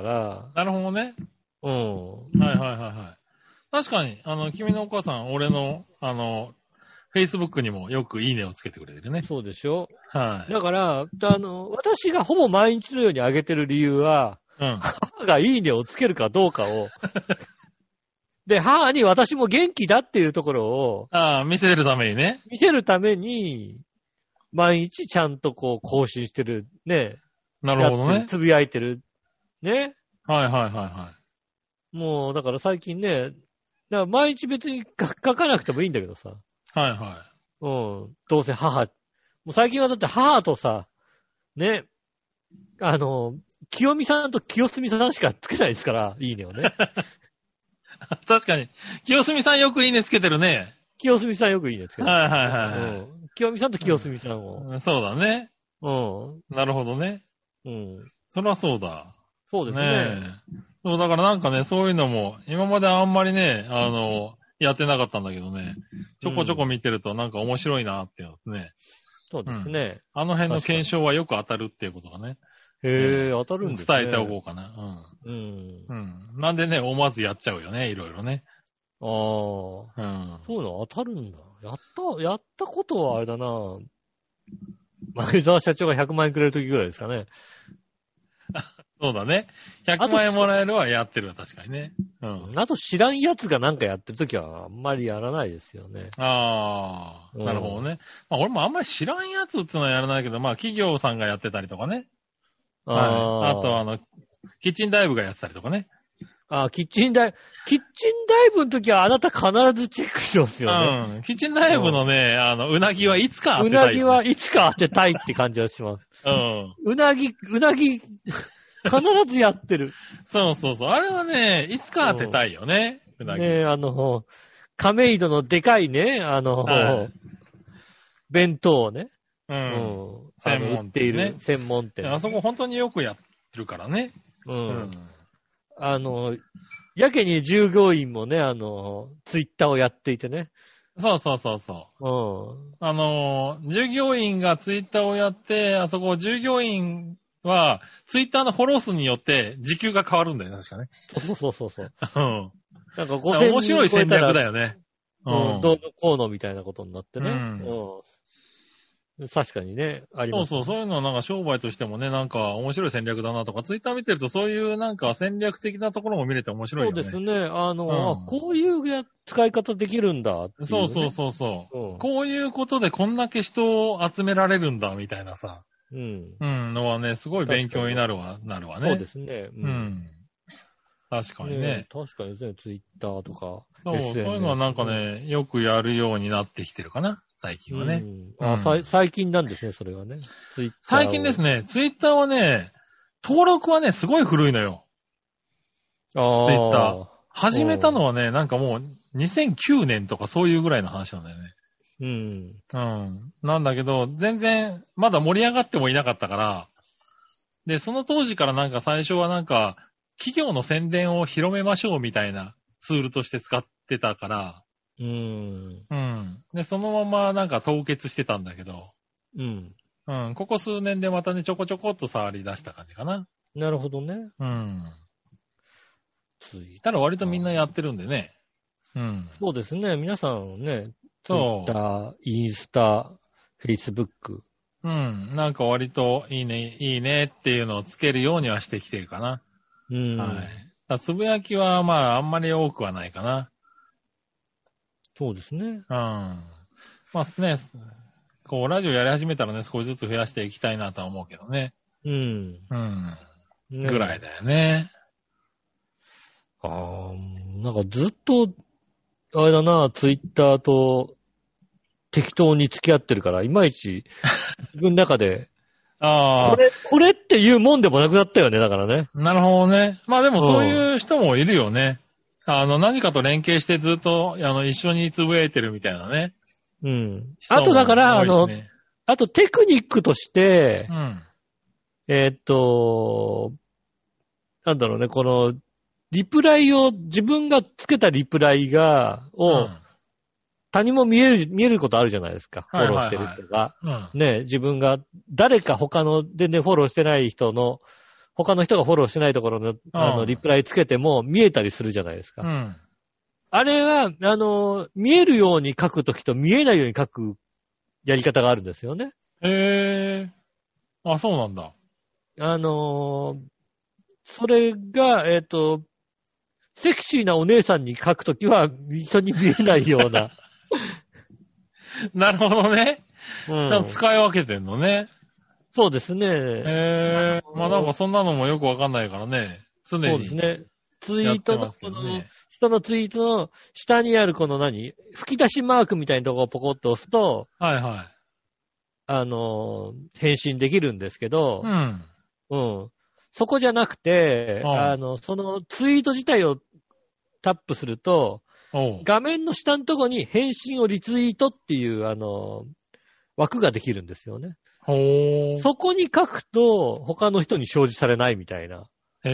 なるほどね。はい。確かに、君のお母さん、俺の、Facebook にもよくいいねをつけてくれてるね。 そうでしょ。 はい。 だから、私がほぼ毎日のように上げてる理由は、母がいいねをつけるかどうかを、で、母に私も元気だっていうところを、 見せるためにね。 見せるために、毎日ちゃんとこう更新してる、ね。 なるほどね。 つぶやいてる。ね。 はい。 もう、だから最近ね、だから毎日別に書かなくてもいいんだけどさ。 はい。 どうせ母。もう最近はだって母とさ、ね。清美さんと清澄さんしかつけないですから、いいねをね。 確かに。清澄さんよくいいねつけてるね。 清澄さんよくいいねつけてる。 はい。 清美さんと清澄さんを。 そうだね。なるほどね。そりゃそうだ。 そうですね。 そう、だからなんかね、そういうのも、今まであんまりね、やってなかったんだけどね、ちょこちょこ見てるとなんか面白いなっていうのね。 そうですね。 あの辺の検証はよく当たるっていうことがね。 へぇ、当たるんですね。 伝えておこうかな。なんでね、思わずやっちゃうよね、いろいろね。 そういうの当たるんだ。やったことはあれだな。前澤社長が100万円くれるときぐらいですかね。 そうだね。100万円もらえるはやってるわ、確かにね。 あと知らんやつがなんかやってるときはあんまりやらないですよね。 なるほどね。まあ俺もあんまり知らんやつっていうのはやらないけど、まあ企業さんがやってたりとかね。あとキッチンダイブがやってたりとかね。 キッチンダイブの時はあなた必ずチェックしますよね。キッチンダイブのね、うなぎはいつか当てたい、 うなぎはいつか当てたいって感じがします。うなぎ、必ずやってる。 そう。あれはね、いつか当てたいよね。うなぎ。 ね亀戸のでかいね、弁当をね。売っている専門店。 あそこ本当によくやってるからね。 やけに従業員もね、ツイッターをやっていてね。 そう。従業員がツイッターをやって、あそこ従業員は、ツイッターのフォロー数によって時給が変わるんだよね、確かね。 そう。 なんか面白い戦略だよね。 どうのこうのみたいなことになってね。確かにね、あります、ね。 そういうのはなんか商売としてもね、なんか面白い戦略だなとか、ツイッター見てるとそういうなんか戦略的なところも見れて面白いよね。 そうですね。こういう使い方できるんだっていう、ね。 そう。こういうことでこんだけ人を集められるんだみたいなさ。のはね、すごい勉強になるわね。 そうですね。 確かにね。 確かにですね、ツイッターとか。 そういうのはなんかね、よくやるようになってきてるかな。最近はね。 最近なんですね、それはね。ツイッター。 最近ですね、ツイッターはね、登録はね、すごい古いのよ。ツイッター。始めたのはね、なんかもう2009年とかそういうぐらいの話なんだよね。なんだけど、全然、まだ盛り上がってもいなかったから、で、その当時からなんか最初はなんか、企業の宣伝を広めましょうみたいなツールとして使ってたから、で、そのままなんか凍結してたんだけど、ここ数年でまたね、ちょこちょこっと触り出した感じかな。 なるほどね。 ただ割とみんなやってるんでね。 そうですね。皆さんね、ツイッター、インスタ、フェイスブック。 なんか割といいねっていうのをつけるようにはしてきてるかな。つぶやきはまああんまり多くはないかな。 そうですね。 まあね、こうラジオやり始めたらね、少しずつ増やしていきたいなとは思うけどね。ぐらいだよね。 なんかずっと、あれだな、ツイッターと適当に付き合ってるから、いまいち自分の中で、これっていうもんでもなくなったよね、だからね。 なるほどね。まあでもそういう人もいるよね。何かと連携してずっと、一緒につぶやいてるみたいなね。 あとだから、あとテクニックとして、なんだろうね、この、リプライを、自分がつけたリプライを、他にも見えることあるじゃないですか。フォローしてる人が。ね、自分が、誰か他の、でね、フォローしてない人の、他の人がフォローしてないところの、リプライつけても見えたりするじゃないですか。あれは、見えるように書くときと見えないように書くやり方があるんですよね。 そうなんだ。 それが、セクシーなお姉さんに書くときは一緒に見えないような。 なるほどね。ちゃんと使い分けてんのね。 そうですね。 まあなんかそんなのもよくわかんないからね。常に。 そうですね。ツイートの、人のツイートの下にあるこの吹き出しマークみたいなところをポコッと押すと、返信できるんですけど、そこじゃなくて、そのツイート自体をタップすると、画面の下のところに返信をリツイートっていう、枠ができるんですよね。そこに書くと、他の人に表示されないみたいな。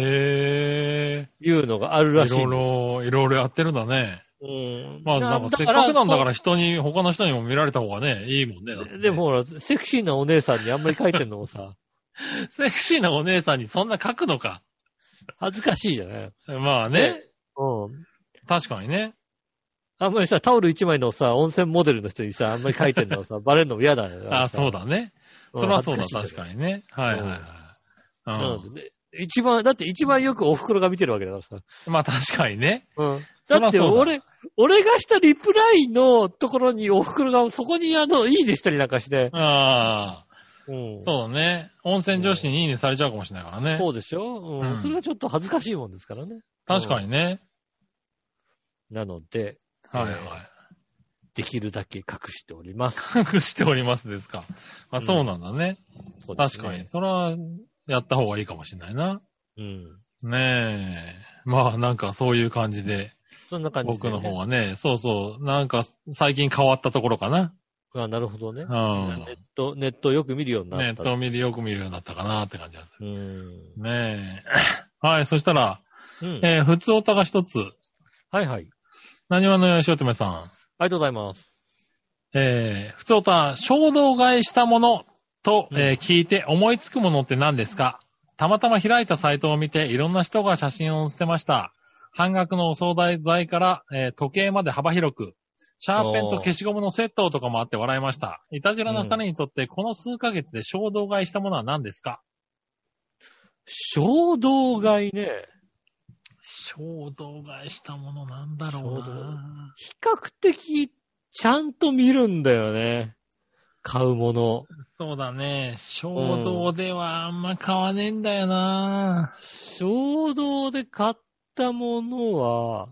いうのがあるらしい。いろいろやってるんだね。まあ、なんかせっかくなんだから他の人にも見られた方がね、いいもんね。 でもほら、セクシーなお姉さんにあんまり書いてんのもさ。 セクシーなお姉さんにそんな書くのか。 恥ずかしいじゃない。 まあね。確かにね。 あんまりさ、タオル一枚のさ、温泉モデルの人にさ、あんまり書いてんのさ、バレるのも嫌だよ。 そうだね。それはそうだ、確かにね。 なのでね、一番よくお袋が見てるわけだからさ。 まあ確かにね。 だって俺がしたリプライのところにお袋がそこにいいねしたりなんかして。 そうだね。温泉女子にいいねされちゃうかもしれないからね。 そうでしょ。それはちょっと恥ずかしいもんですからね。 確かにね。なので、できるだけ隠しております。 隠しておりますですか。そうなんだね。確かに。それは、やった方がいいかもしれないな。ねえ。まあ、なんかそういう感じで。 そんな感じで。 僕の方はね、なんか最近変わったところかな。 なるほどね。ネットをよく見るようになった。 ネットをよく見るようになったかなって感じです。ねえ。はい、そしたら、普通おたが一つ。 はいはい。 何話のよしおとめさん。ありがとうございます。 普通おた、衝動買いしたものと、聞いて思いつくものって何ですか？たまたま開いたサイトを見ていろんな人が写真を載せました。半額のお惣菜から、時計まで幅広く、 シャーペンと消しゴムのセットとかもあって笑いました。いたじらな二人にとってこの数ヶ月で衝動買いしたものは何ですか？ 衝動買いね。 衝動買いしたものなんだろうな。 比較的ちゃんと見るんだよね。買うもの。 そうだね。衝動ではあんま買わねえんだよな。 衝動で買ったものは、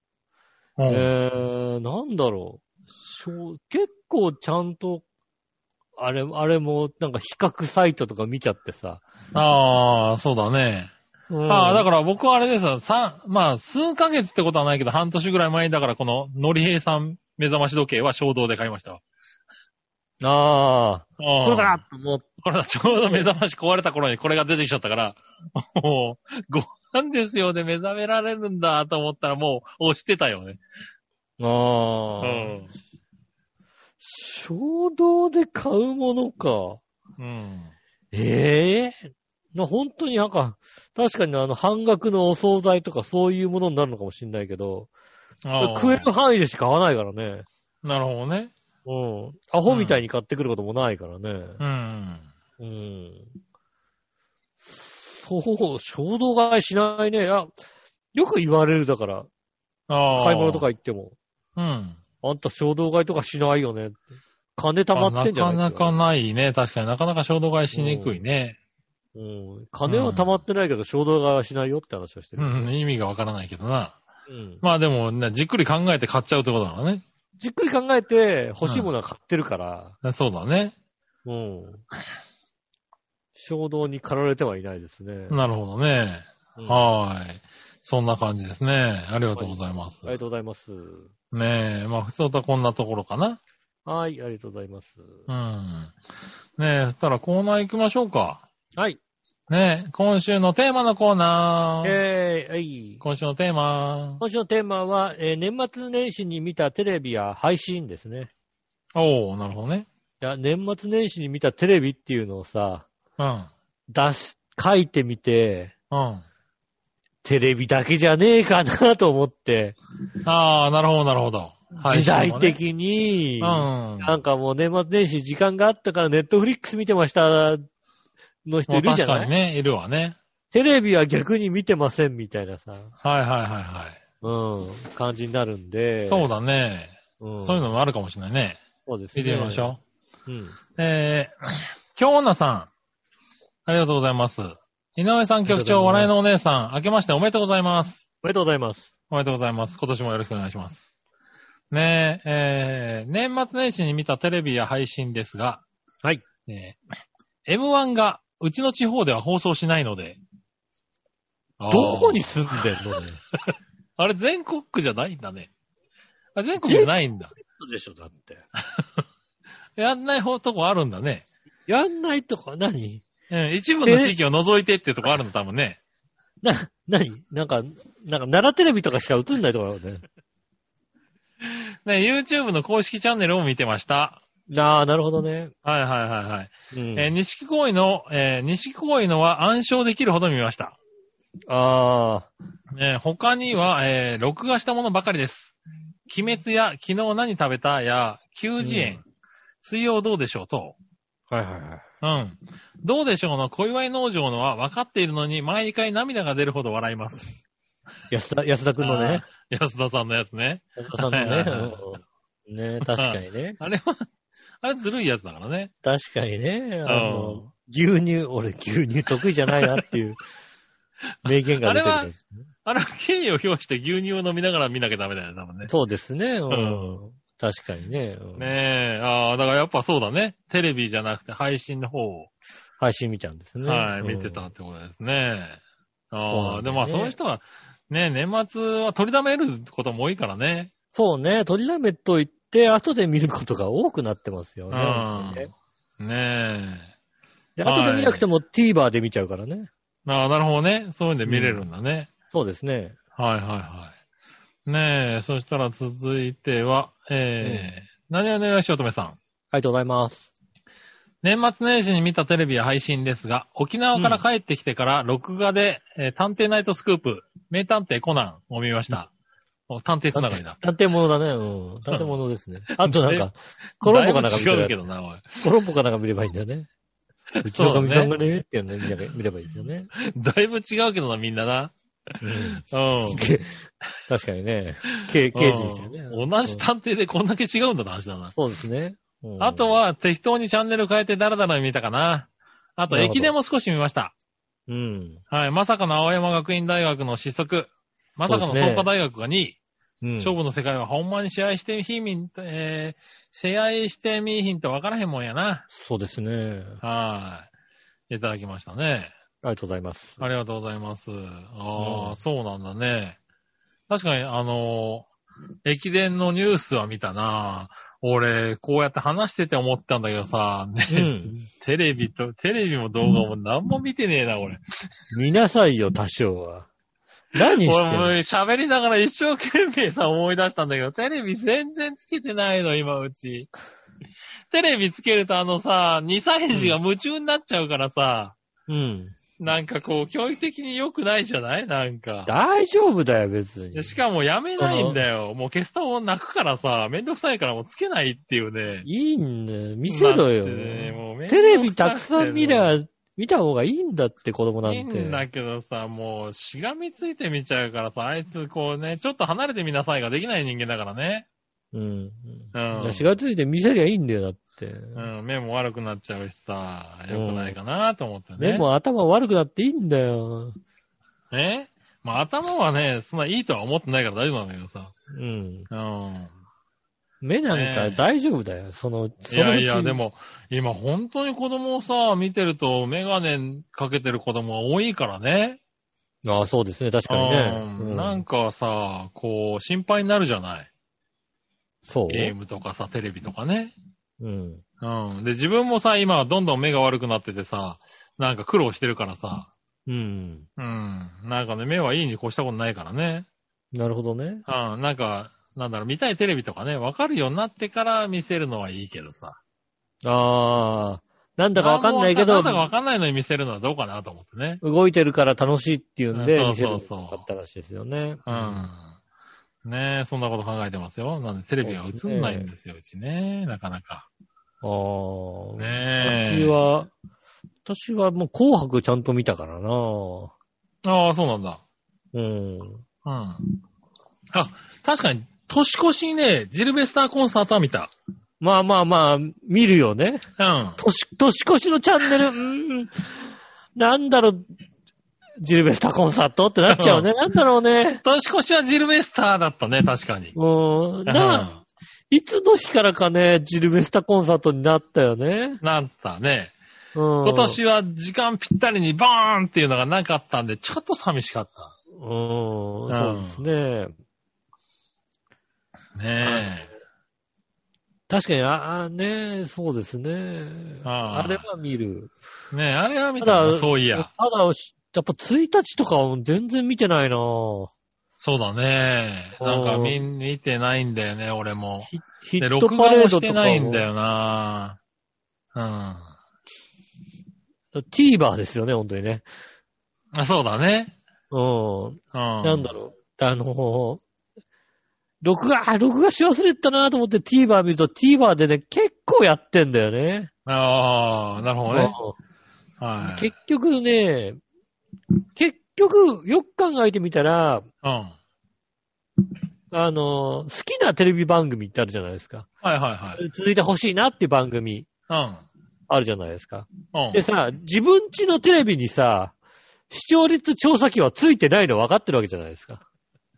なんだろう。結構ちゃんと、あれもなんか比較サイトとか見ちゃってさ。 ああ、そうだね。だから僕はあれですよ。まあ、数ヶ月ってことはないけど、半年ぐらい前にだからこの、のりへいさん目覚まし時計は衝動で買いましたわ。これだと思って。これだ、ちょうど目覚まし壊れた頃にこれが出てきちゃったから、もう、ご飯ですよで目覚められるんだと思ったらもう押してたよね。 衝動で買うものか。本当になんか、確かに半額のお惣菜とかそういうものになるのかもしれないけど、食える範囲でしか買わないからね。 なるほどね。 アホみたいに買ってくることもないからね。そう、衝動買いしないね。よく言われるだから。買い物とか行っても。あんた衝動買いとかしないよねって。金溜まってんじゃないなかなかないね。確かになかなか衝動買いしにくいね。 金は溜まってないけど衝動買いはしないよって話をしてる。 意味がわからないけどな。まあでも、じっくり考えて買っちゃうってことだからね。 じっくり考えて欲しいものは買ってるから。 そうだね。 衝動に駆られてはいないですね。 なるほどね。はい。そんな感じですね。ありがとうございます。 ありがとうございます。 ねえ、まあ普通とはこんなところかな。 はい、ありがとうございます。 ねえ、そしたらコーナー行きましょうか。 はい。 ねえ、今週のテーマのコーナー。今週のテーマ。 今週のテーマは、年末年始に見たテレビや配信ですね。 おー、なるほどね。 いや、年末年始に見たテレビっていうのをさ、書いてみて、テレビだけじゃねえかなと思って。 なるほど、なるほど。 時代的に、なんかもう年末年始時間があったからネットフリックス見てましたの人いるじゃない？ 確かにね、いるわね。 テレビは逆に見てませんみたいなさ。 はい。 感じになるんで。 そうだね。そういうのもあるかもしれないね。 そうですね。 見てみましょう。京女さん。ありがとうございます。井上さん局長、笑いのお姉さん、明けましておめでとうございます。 おめでとうございます。 おめでとうございます。今年もよろしくお願いします。ねえ、年末年始に見たテレビや配信ですが、 はい。 M1 がうちの地方では放送しないので。 どこに住んでんのね。 あれ全国区じゃないんだね。全国じゃないんだ。 でしょ、だって。 やんないとこあるんだね。 やんないとこ何？ 一部の地域を除いてってとこあるの多分ね。 何なんか、奈良テレビとかしか映んないところだよね。 YouTube の公式チャンネルを見てました。 なるほどね。 はい。錦鯉のは暗唱できるほど見ました。他には、録画したものばかりです。鬼滅や昨日何食べたや、9時園、水曜どうでしょうと。どうでしょうの小祝農場のは分かっているのに毎回涙が出るほど笑います。 安田くんのね。 安田さんのやつね。 安田さんのね。ね、確かにね。 あれずるいやつだからね。 確かにね。俺牛乳得意じゃないなっていう名言が出てる、ね。 あれは敬意を表して牛乳を飲みながら見なきゃダメだよね、多分ね。 そうですね。確かにね。 ねえ。だからやっぱそうだね。テレビじゃなくて配信の方を。 配信見ちゃうんですね。 はい、見てたってことですね。でもそういう人は、ね、年末は取りだめることも多いからね。 そうね。取りだめといって、後で見ることが多くなってますよね。 ねえ。 後で見なくても TVer で見ちゃうからね。 なるほどね。そういうんで見れるんだね。 そうですね。 ねえ、そしたら続いては、何をお願いしようとめさん。 ありがとうございます。 年末年始に見たテレビや配信ですが、沖縄から帰ってきてから録画で、探偵ナイトスクープ、名探偵コナンを見ました。 探偵つながりだ。 探偵物だね。うん。探偵物ですね。あとなんか、コロンボかなんか見れば違うけどな、おい。 コロンボかなんか見ればいいんだよね。うちのかみさんがね、っていうのね、見ればいいですよね。 だいぶ違うけどな、みんなな。 うん。 うん。 確かにね。刑事ですよね。 同じ探偵でこんだけ違うんだって話だな。 そうですね。 あとは、適当にチャンネル変えてダラダラ見たかな。あと、駅伝も少し見ました。 うん。 はい。まさかの青山学院大学の失速。まさかの創価大学が2位。勝負の世界はほんまに試合してみひんと分からへんもんやな。 そうですね。 はい。いただきましたね。 ありがとうございます。 ありがとうございます。そうなんだね。確かに、駅伝のニュースは見たな。俺、こうやって話してて思ったんだけどさ、ね、テレビも動画も何も見てねえな、俺。 見なさいよ、多少は。何してんの？ 俺も喋りながら一生懸命さ思い出したんだけど、テレビ全然つけてないの、今うち。テレビつけると2歳児が夢中になっちゃうからさ、なんかこう、教育的に良くないじゃないなんか。 大丈夫だよ、別に。 しかもやめないんだよ。もう消すと泣くからさ、めんどくさいからもうつけないっていうね。 いいんだよ。見せろよ。 ね、もうテレビたくさん見た方がいいんだって、子供なんて。いいんだけどさ、もう、しがみついて見ちゃうからさ、あいつこうね、ちょっと離れてみなさいができない人間だからね。 しがついて見せりゃいいんだよ、だって。 目も悪くなっちゃうしさ、良くないかなと思ってね。 目も頭悪くなっていいんだよ。 まあ頭はね、そんないいとは思ってないから大丈夫なんだけどさ。 目なんか大丈夫だよ。 いや、でも、今本当に子供をさ、見てるとメガネかけてる子供が多いからね。 ああ、そうですね。確かにね。 なんかさ、こう、心配になるじゃない。 そう。 ゲームとかさ、テレビとかね。で、自分もさ、今どんどん目が悪くなっててさ、なんか苦労してるからさ。なんかね、目はいいに越したことないからね。 なるほどね。 なんか、見たいテレビとかね、わかるようになってから見せるのはいいけどさ。 なんだかわかんないけど。 なんだかわかんないのに見せるのはどうかなと思ってね。 動いてるから楽しいっていうんで、見せるのがあったらしいですよね。 ねえ、そんなこと考えてますよ。なんでテレビが映んないんですよ、うちね。なかなか。 ねえ。私はもう紅白ちゃんと見たからな。 そうなんだ。確かに、年越しにね、ジルベスターコンサートは見た。 まあ、見るよね。年越しのチャンネル、なんだろう、ジルベスターコンサートってなっちゃうね。なんだろうね。 年越しはジルベスターだったね、確かに。 いつの日からかね、ジルベスターコンサートになったよね。 なったね。今年は時間ぴったりにバーンっていうのがなかったんで、ちょっと寂しかった。 そうですね。 ねえ。 確かに、そうですね。あれは見る。 ねえ、あれは見たらそういや。 ただ、やっぱ1日とかは全然見てないなぁ。 そうだね。なんか見てないんだよね、俺も。 ヒットパレードとかもしてないんだよな TVer ですよね、本当にね。 そうだね。 なんだろう。録画し忘れてたなと思って TVer 見ると TVer でね、結構やってんだよね。 なるほどね。 結局ね、よく考えてみたら、好きなテレビ番組ってあるじゃないですか。続いてほしいなっていう番組。あるじゃないですか。でさ、自分家のテレビにさ、視聴率調査機はついてないの分かってるわけじゃないですか。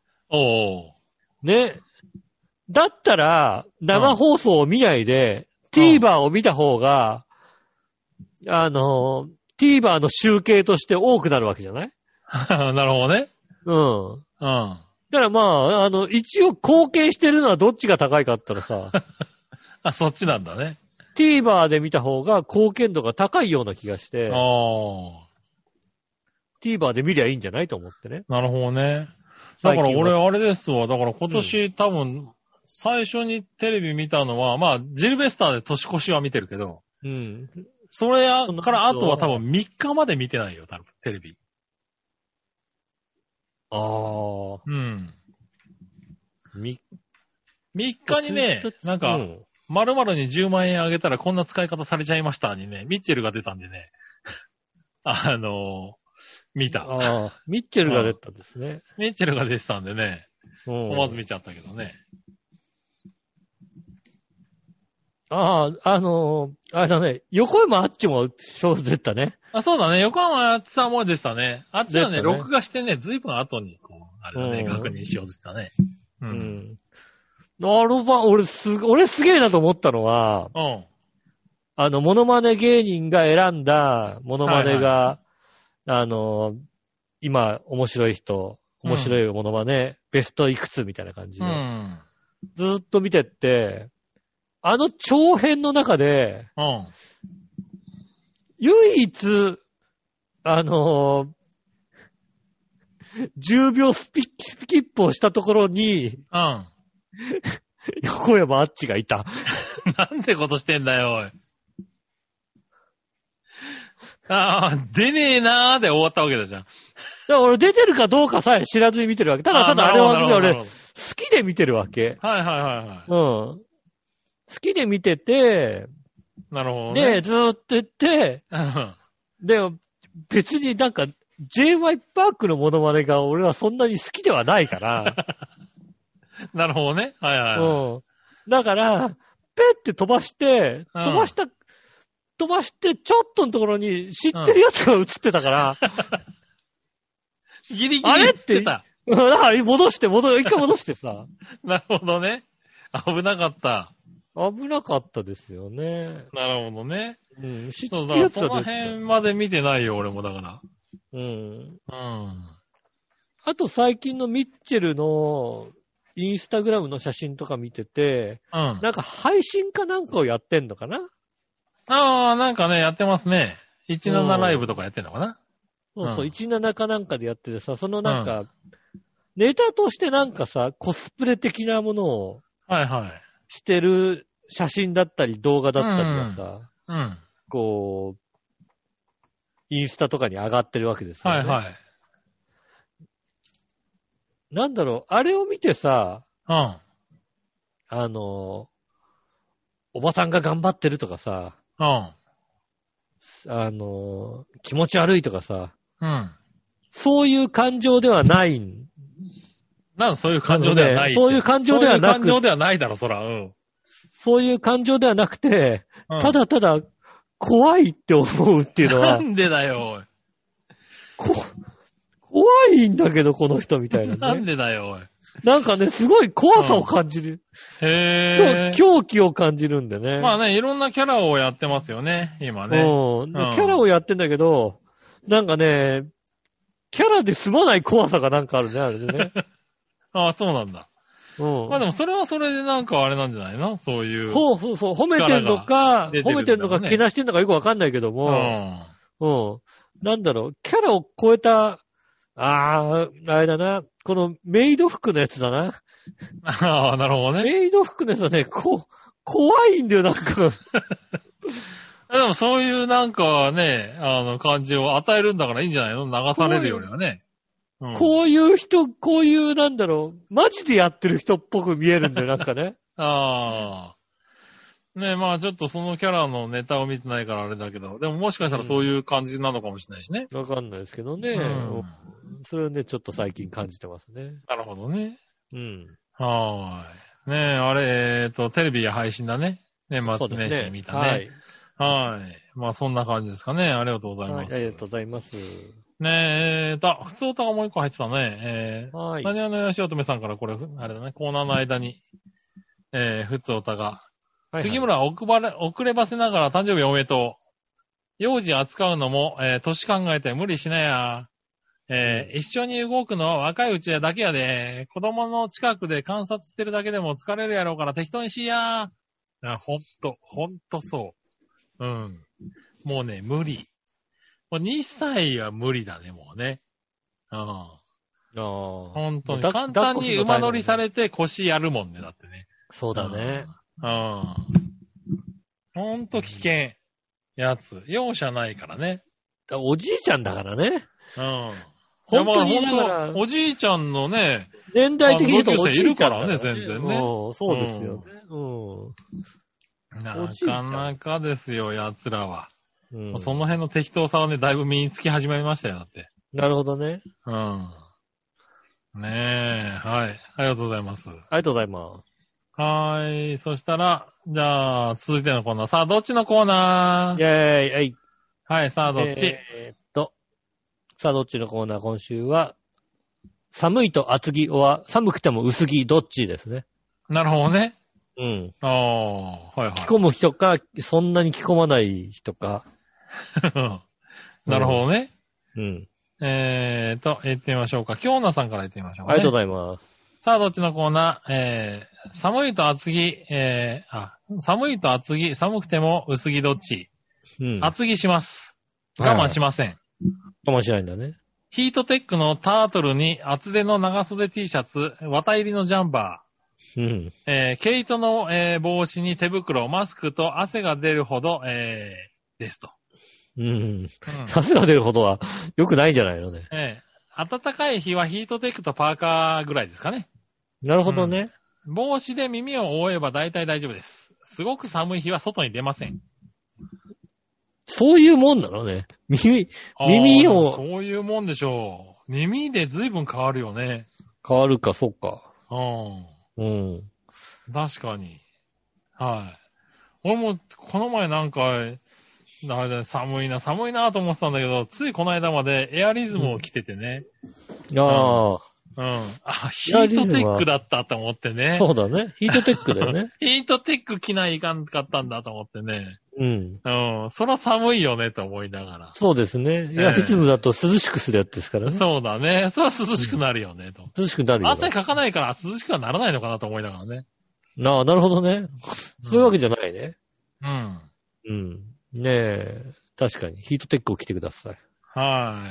ね。だったら、生放送を見ないで、TVer を見た方が、TVer の集計として多くなるわけじゃないなるほどね。 だから一応貢献してるのはどっちが高いかって言ったらさ。 そっちなんだね。 TVer で見た方が貢献度が高いような気がして。TVer で見りゃいいんじゃないと思ってね。 なるほどね。だから俺あれですわ。だから今年多分、最初にテレビ見たのは、ジルベスターで年越しは見てるけど。それからあとは多分3日まで見てないよ、多分、テレビ。 3日にね、なんか、〇〇に10万円あげたらこんな使い方されちゃいましたにね、ミッチェルが出たんでね、見た。 ああ、ミッチェルが出たんですね。 ミッチェルが出てたんでね、思わず見ちゃったけどね。 ああ、あれだね、横山あっちも小説出たね。 あ、そうだね、横浜あっちさんも出てたね。あっちはね、 ね録画してね、ずいぶん後に、こう、あれだね、確認しようとしたね。 うん。俺すげえなと思ったのは、モノマネ芸人が選んだモノマネが、今、面白いモノマネ、ベストいくつみたいな感じで、ずーっと見てって、長編の中で、唯一、10秒スキップをしたところに、横山あっちがいた。 なんてことしてんだよ、おい。出ねえなーで終わったわけだじゃん。 だから俺出てるかどうかさえ知らずに見てるわけ。ただあれは俺、好きで見てるわけ。 はい。 好きで見てて、 なるほどね。 で、ずーっと言って、で、別になんか、J.Y. パークのモノマネが俺はそんなに好きではないから。 なるほどね。 だから、ペって飛ばして、飛ばして、ちょっとのところに知ってるやつが映ってたから、 ギリギリ映ってた。 だから一回戻してさ。 なるほどね。危なかった。 危なかったですよね。 なるほどね。 知ってるやつその辺まで見てないよ、俺もだから。 あと最近のミッチェルのインスタグラムの写真とか見てて、なんか配信かなんかをやってんのかな？ なんかね、やってますね。17ライブとかやってんのかな？ そう、17かなんかでやっててさ、そのなんか、ネタとしてなんかさ、コスプレ的なものを、してる写真だったり動画だったりがさ、こう、インスタとかに上がってるわけですよね。なんだろう、あれを見てさ、おばさんが頑張ってるとかさ、気持ち悪いとかさ、そういう感情ではない。 そういう感情ではない。 そういう感情ではなく。 そういう感情ではないだろ、そら。 そういう感情ではなくて、ただただ怖いって思うっていうのは。 なんでだよ、 怖いんだけど、この人みたいなね。 なんでだよ、おい。 なんかね、すごい怖さを感じる。狂気を感じるんでね。 まあね、いろんなキャラをやってますよね、今ね。 キャラをやってんだけど、なんかね、キャラで済まない怖さがなんかあるね、あれでね。 そうなんだ。まあでもそれはそれでなんかあれなんじゃないの？そういう。 そう。褒めてんのか、けなしてんのかよくわかんないけども、なんだろう、キャラを超えた、あれだな、このメイド服のやつだな。 なるほどね。 メイド服のやつはね、怖いんだよ、なんか。 でもそういうなんかね、感じを与えるんだからいいんじゃないの？流されるよりはね。 こういうなんだろう、マジでやってる人っぽく見えるんだよ、なんかね。 ねえ、まあちょっとそのキャラのネタを見てないからあれだけど、でももしかしたらそういう感じなのかもしれないしね。 わかんないですけどね。それをね、ちょっと最近感じてますね。 なるほどね。 はーい。ねえ、あれ、テレビや配信だね。年末年始に見たね。はい。まあそんな感じですかね。ありがとうございます。 ありがとうございます。 ねえ、普通歌がもう一個入ってたね。何話のよしおとめさんからこれ、あれだね、コーナーの間に、普通歌が。杉村遅ればせながら誕生日おめでとう。幼児扱うのも、年考えて無理しなや。一緒に動くのは若いうちだけやで。子供の近くで観察してるだけでも疲れるやろうから適当にしや。ほんとそう。もうね、無理。もう2歳は無理だね、もうね。本当に。簡単に馬乗りされて腰やるもんね、だってね。 そうだね。 ほんと危険。やつ。容赦ないからね。 おじいちゃんだからね。 本当にだから、 おじいちゃんのね、 年代的に言うとおじいちゃんいるからね、全然ね。 そうですよね。 なかなかですよ、奴らは。その辺の適当さはね、だいぶ身につき始めましたよ、だって。 なるほどね。 ねえ、はい。ありがとうございます。ありがとうございます。 はーい。そしたら、じゃあ、続いてのコーナー。さあ、どっちのコーナー？ イェーイ、 はい、さあ、どっち？ さあ、どっちのコーナー？今週は、寒いと厚着は、寒くても薄着、どっちですね。 なるほどね。 はいはい。 着込む人か、そんなに着込まない人か。 なるほどね。 言ってみましょうか。京奈さんから言ってみましょうか、 ね。ありがとうございます。 さあ、どっちのコーナー？寒いと厚着、寒いと厚着、寒くても薄着どっち？厚着します。我慢しません。 我慢しないんだね。 ヒートテックのタートルに厚手の長袖 T シャツ、綿入りのジャンバー。毛糸の、帽子に手袋、マスクと汗が出るほど、ですと。 汗が出るほどは良くないんじゃないのね。 暖かい日はヒートテックとパーカーぐらいですかね。 なるほどね。 帽子で耳を覆えば大体大丈夫です。すごく寒い日は外に出ません。 そういうもんなのね。耳を。 そういうもんでしょう。耳で随分変わるよね。 変わるか、そっか。 確かに。はい。俺も、この前なんか、寒いなと思ってたんだけど、ついこの間までエアリズムを着ててね。ヒートテックだったと思ってね。 そうだね。ヒートテックだよね。 ヒートテック着ないかんかったんだと思ってね。そら寒いよねと思いながら。 そうですね。エアリズムだと涼しくするやつですからね。 そうだね。そら涼しくなるよねと。 涼しくなるよね。 汗かかないから涼しくはならないのかなと思いながらね。 なるほどね。そういうわけじゃないね。ねえ、確かに。ヒートテックを着てください。 はい。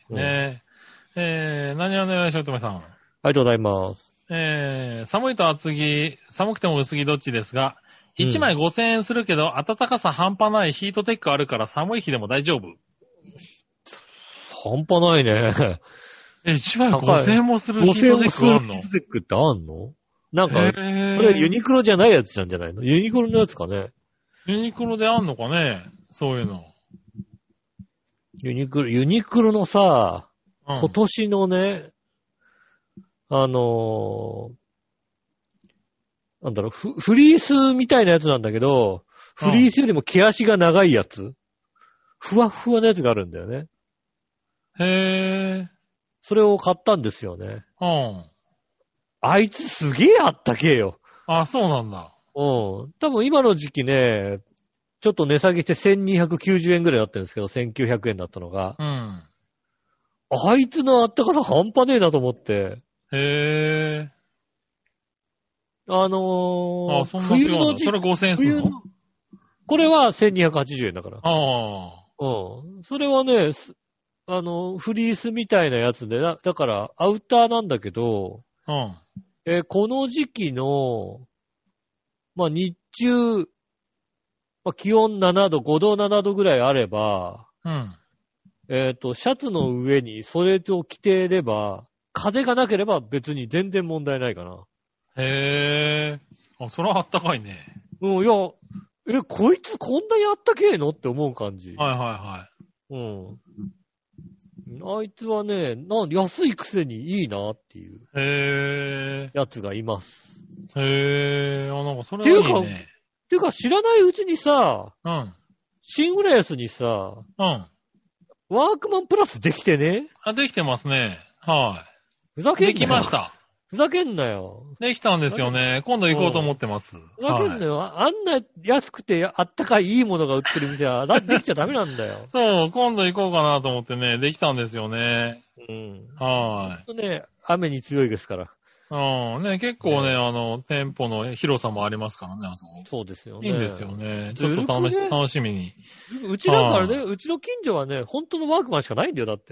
ねえ。何をお願いしようとめさん。 ありがとうございます。 寒いと厚着、寒くても薄着どっちですが、1枚5000円するけど、暖かさ半端ないヒートテックあるから寒い日でも大丈夫。 半端ないね。 1枚5000円もするヒートテックあんの？ ヒートテックってあんの？なんか、これユニクロじゃないやつなんじゃないの？ユニクロのやつかね。 ユニクロであんのかね？そういうの。 ユニクロのさ、今年のね、なんだろう、フリースみたいなやつなんだけど、フリースよりも毛足が長いやつ、ふわふわのやつがあるんだよね。それを買ったんですよね。あいつすげえあったけえよ。 あ、そうなんだ。 多分今の時期ね、ちょっと値下げして1290円ぐらいだったんですけど、1900円だったのが。あいつのあったかさ半端ねえなと思って。 そんな冬の時期。それ5000円するの？ これは1280円だから。それはね、フリースみたいなやつで、だからアウターなんだけど、この時期の、日中、気温7度、5度、7度ぐらいあれば、シャツの上にそれを着ていれば、風がなければ別に全然問題ないかな。 それはあったかいね。 いや、こいつこんなにあったけえのって思う感じ。あいつはね、安いくせにいいなっていうやつがいます。 なんかそれはいいね。 っていうか知らないうちにさ、シングラヤスにさ、ワークマンプラスできてね。 できてますね。はい。 ふざけんなよ。 できました。 ふざけんなよ。 できたんですよね。今度行こうと思ってます。 ふざけんなよ。あんな安くてあったかいいいものが売ってる店は、できちゃダメなんだよ。 そう、今度行こうかなと思ってね、できたんですよね。はい。 雨に強いですから。 結構ね、店舗の広さもありますからね、あそこ。 そうですよね。 いいんですよね。ちょっと楽しみに。 うちなんかね、うちの近所はね、本当のワークマンしかないんだよ、だって。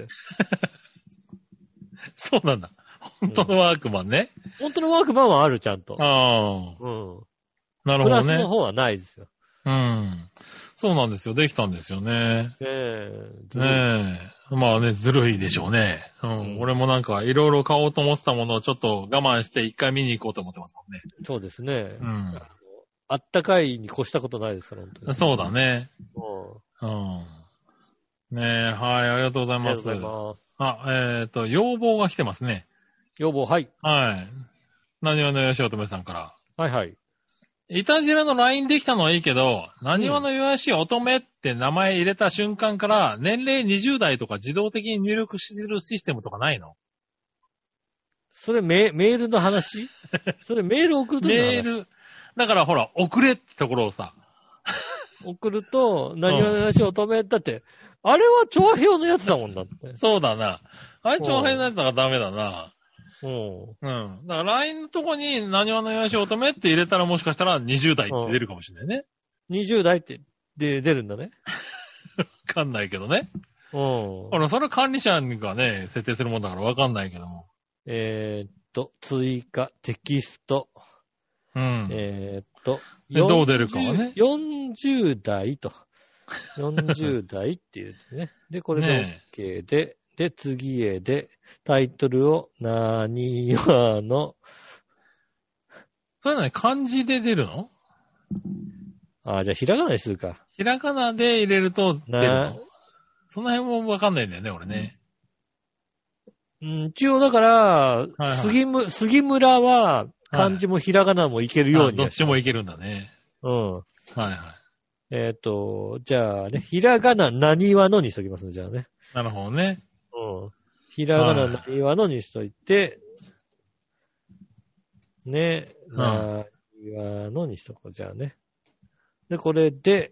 そうなんだ。本当のワークマンね。 本当のワークマンはある、ちゃんと。 なるほどね。 プラスの方はないですよ。 そうなんですよ。できたんですよね。 ねえ。まあね、ずるいでしょうね。俺もなんか、いろいろ買おうと思ってたものをちょっと我慢して一回見に行こうと思ってますもんね。 そうですね。あったかいに越したことないですから、本当に。 そうだね。ねえ、はい、ありがとうございます。 ありがとうございます。 要望が来てますね。 要望、はい。 はい。何話のよしおとめさんから。 はいはい。 いたじらの LINE できたのはいいけど、何話のよし乙女って名前入れた瞬間から、年齢20代とか自動的に入力するシステムとかないの？ それメールの話それメール送るときの話。 メール。だからほら、送れってところをさ。 送ると、何話のよし乙女だって、あれは長編のやつだもんだって。 そうだな。あれ長編のやつだからダメだな。だから LINE のとこに何話のよし乙女って入れたらもしかしたら20代って出るかもしれないね。 20代って出るんだね。 わかんないけどね。ほら、それは管理者がね、設定するもんだからわかんないけども。 追加、テキスト。 どう出るかはね。 40代と。40代っていうね。で、これで OK で、で、次へで、タイトルを、何話の。 それはね、漢字で出るの？ じゃあ、ひらがなにするか。 ひらがなで入れると出るの？その辺もわかんないんだよね、俺ね。 一応だから、杉村は、漢字もひらがなもいけるように。 どっちもいけるんだね。はいはい。 じゃあね、ひらがな何話のにしときますね、じゃあね。 なるほどね。 ひらがな何話のにしといて、ね、何話のにしとこう、じゃあね。で、これで、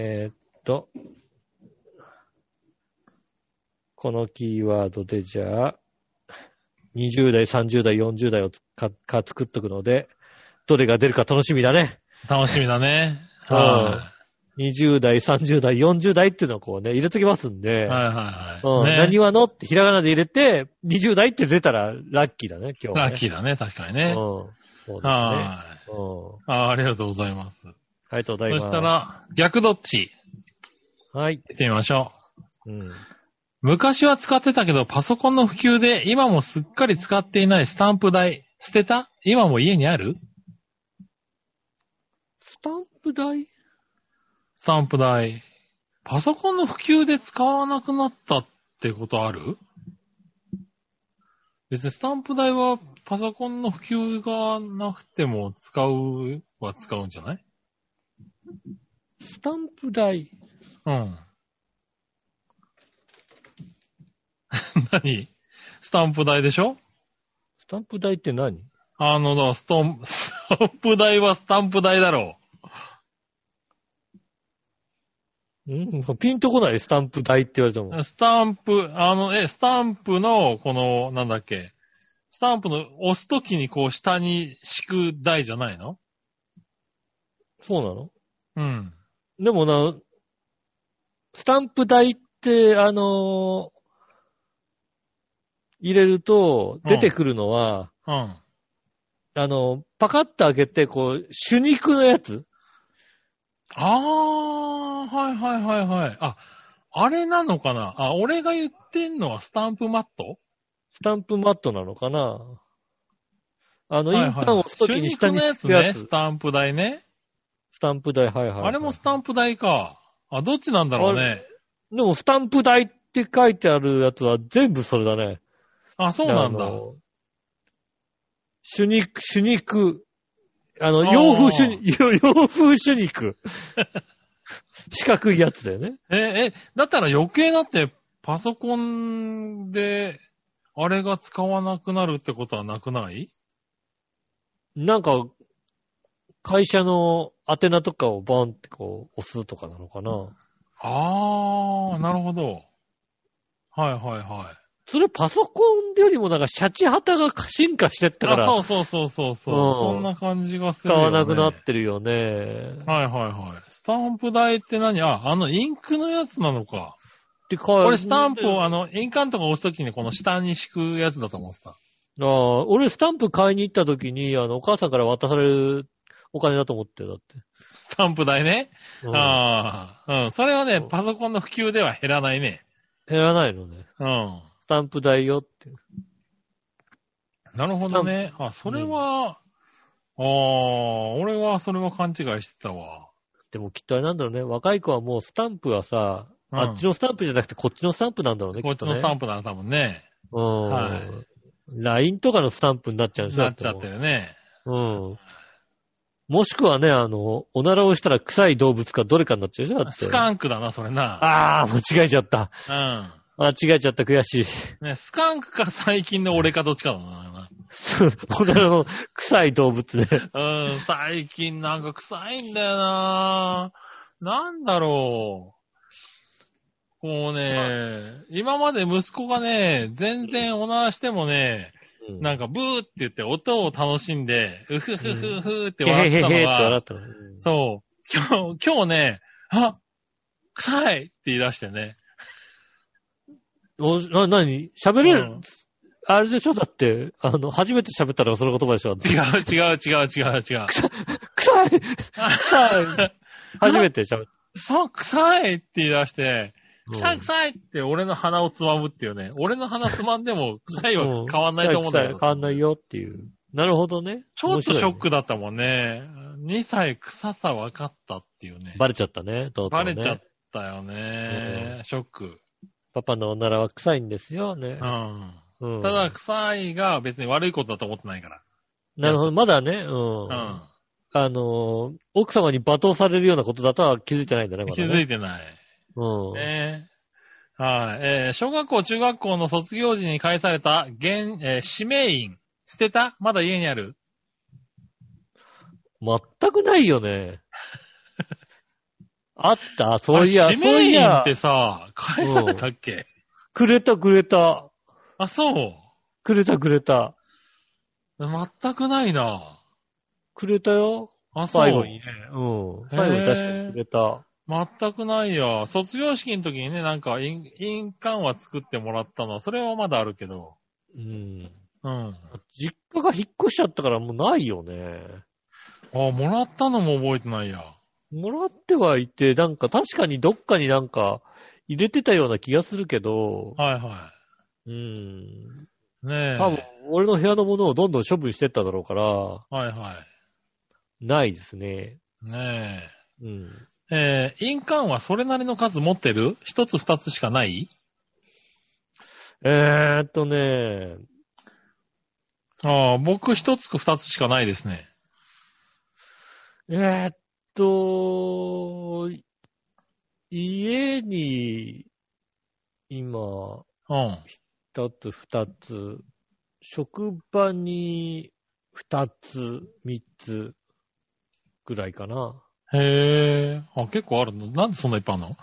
このキーワードで、じゃあ、20代、30代、40代を作っとくので、どれが出るか楽しみだね。 楽しみだね。 20代、30代、40代っていうのをこうね、入れときますんで。何話のってひらがなで入れて、20代って出たらラッキーだね、今日は、ね。ラッキーだね、確かにね。 そうですね。 ありがとうございます。 ありがとうございます。 そしたら、逆どっち？ はい。 行ってみましょう。昔は使ってたけど、パソコンの普及で今もすっかり使っていないスタンプ台、捨てた？今も家にある？ スタンプ台？ スタンプ台。パソコンの普及で使わなくなったってことある？別にスタンプ台はパソコンの普及がなくても使うんじゃない？ スタンプ台。 何？スタンプ台でしょ？ スタンプ台って何？ スタンプ台はスタンプ台だろう。ピンとこないスタンプ台って言われても。 スタンプの、なんだっけ。スタンプの押すときにこう下に敷く台じゃないの？ そうなの？ うん。 でもな、スタンプ台って、入れると出てくるのは、パカッと開けて、こう、手肉のやつ？ はいはいはいはい。あれなのかな？俺が言ってんのはスタンプマット？ スタンプマットなのかな？印鑑を押すときに下に敷くやつ。 スタンプ台ね。 スタンプ台、はいはい。 あれもスタンプ台か。どっちなんだろうね。 でもスタンプ台って書いてあるやつは全部それだね。 そうなんだ。 手肉。洋風手肉。四角いやつだよね。 だったら余計だってパソコンであれが使わなくなるってことはなくない？ なんか、会社の宛名とかをボンってこう押すとかなのかな。 なるほど。はいはいはい。 それパソコンよりもなんかシャチハタが進化してったから。 そう。そんな感じがするよね。 使わなくなってるよね。 はいはいはい。スタンプ台って何？インクのやつなのか。俺スタンプを印鑑とか押すときにこの下に敷くやつだと思ってた。 俺スタンプ買いに行ったときに、お母さんから渡される、 お金だと思ってよ、だって。 スタンプ代ね。 うん、 ああ、うん。それはね、パソコンの普及では減らないね。 減らないのね。 うん。 スタンプ代よって。 なるほどね。あ、それは、俺はそれは勘違いしてたわ。 でもきっとあれなんだろうね。若い子はもうスタンプはさ、 うん、 あっちのスタンプじゃなくてこっちのスタンプなんだろうね、 こっちのスタンプなんだもんね。 はい。LINE とかのスタンプになっちゃうんでしょ。 なっちゃったよね。 うん。もしくはね、おならをしたら臭い動物かどれかになっちゃうでしょだって。 スカンクだな、それな。 ああ、間違えちゃった。 うん。 間違えちゃった、悔しい。 ね、スカンクか最近の俺かどっちかだな。 おならの臭い動物ね。 うん、最近なんか臭いんだよな。なんだろう。もうね、今まで息子がね、全然おならしてもね、なんかブーって言って音を楽しんで、うふふふふって笑ったのが、そう、今日ね、あ、臭いって言い出してね。 何喋れる、あれでしょだって、初めて喋ったのがその言葉でしょ違う。 臭い初めて喋った。 あ、臭いって言い出して、臭いって俺の鼻をつまむっていうね。俺の鼻つまんでも臭いは変わんないと思うんだよ。 変わんないよっていう。なるほどね。 ちょっとショックだったもんね。2歳臭さ分かったっていうね。 バレちゃったね。 バレちゃったよね。ショック。 パパのおならは臭いんですよね。 ただ臭いが別に悪いことだと思ってないから。 なるほど。まだね。奥様に罵倒されるようなことだとは気づいてないんだね、まだね。 気づいてない。はい。小学校、中学校の卒業時に返された指名印。捨てた？まだ家にある？ 全くないよね。あった？そういや。 指名印ってさ、返されたっけ？ くれた。 あ、そう。 くれた。 全くないな。 くれたよ。 あ、そう。 最後にね。最後に確かにくれた。 全くないや。卒業式の時にね、なんか印鑑は作ってもらったのは、それはまだあるけど。 実家が引っ越しちゃったからもうないよね。 あ、もらったのも覚えてないや。 もらってはいて、なんか確かにどっかになんか入れてたような気がするけど。ねえ。多分、俺の部屋のものをどんどん処分してっただろうから。ないですね。 ねえ。印鑑はそれなりの数持ってる？一つ二つしかない？僕一つか二つしかないですね。 家に、今、一つ二つ、職場に二つ、三つぐらいかな。 へえ。あ、結構あるの？なんでそんないっぱいあるの？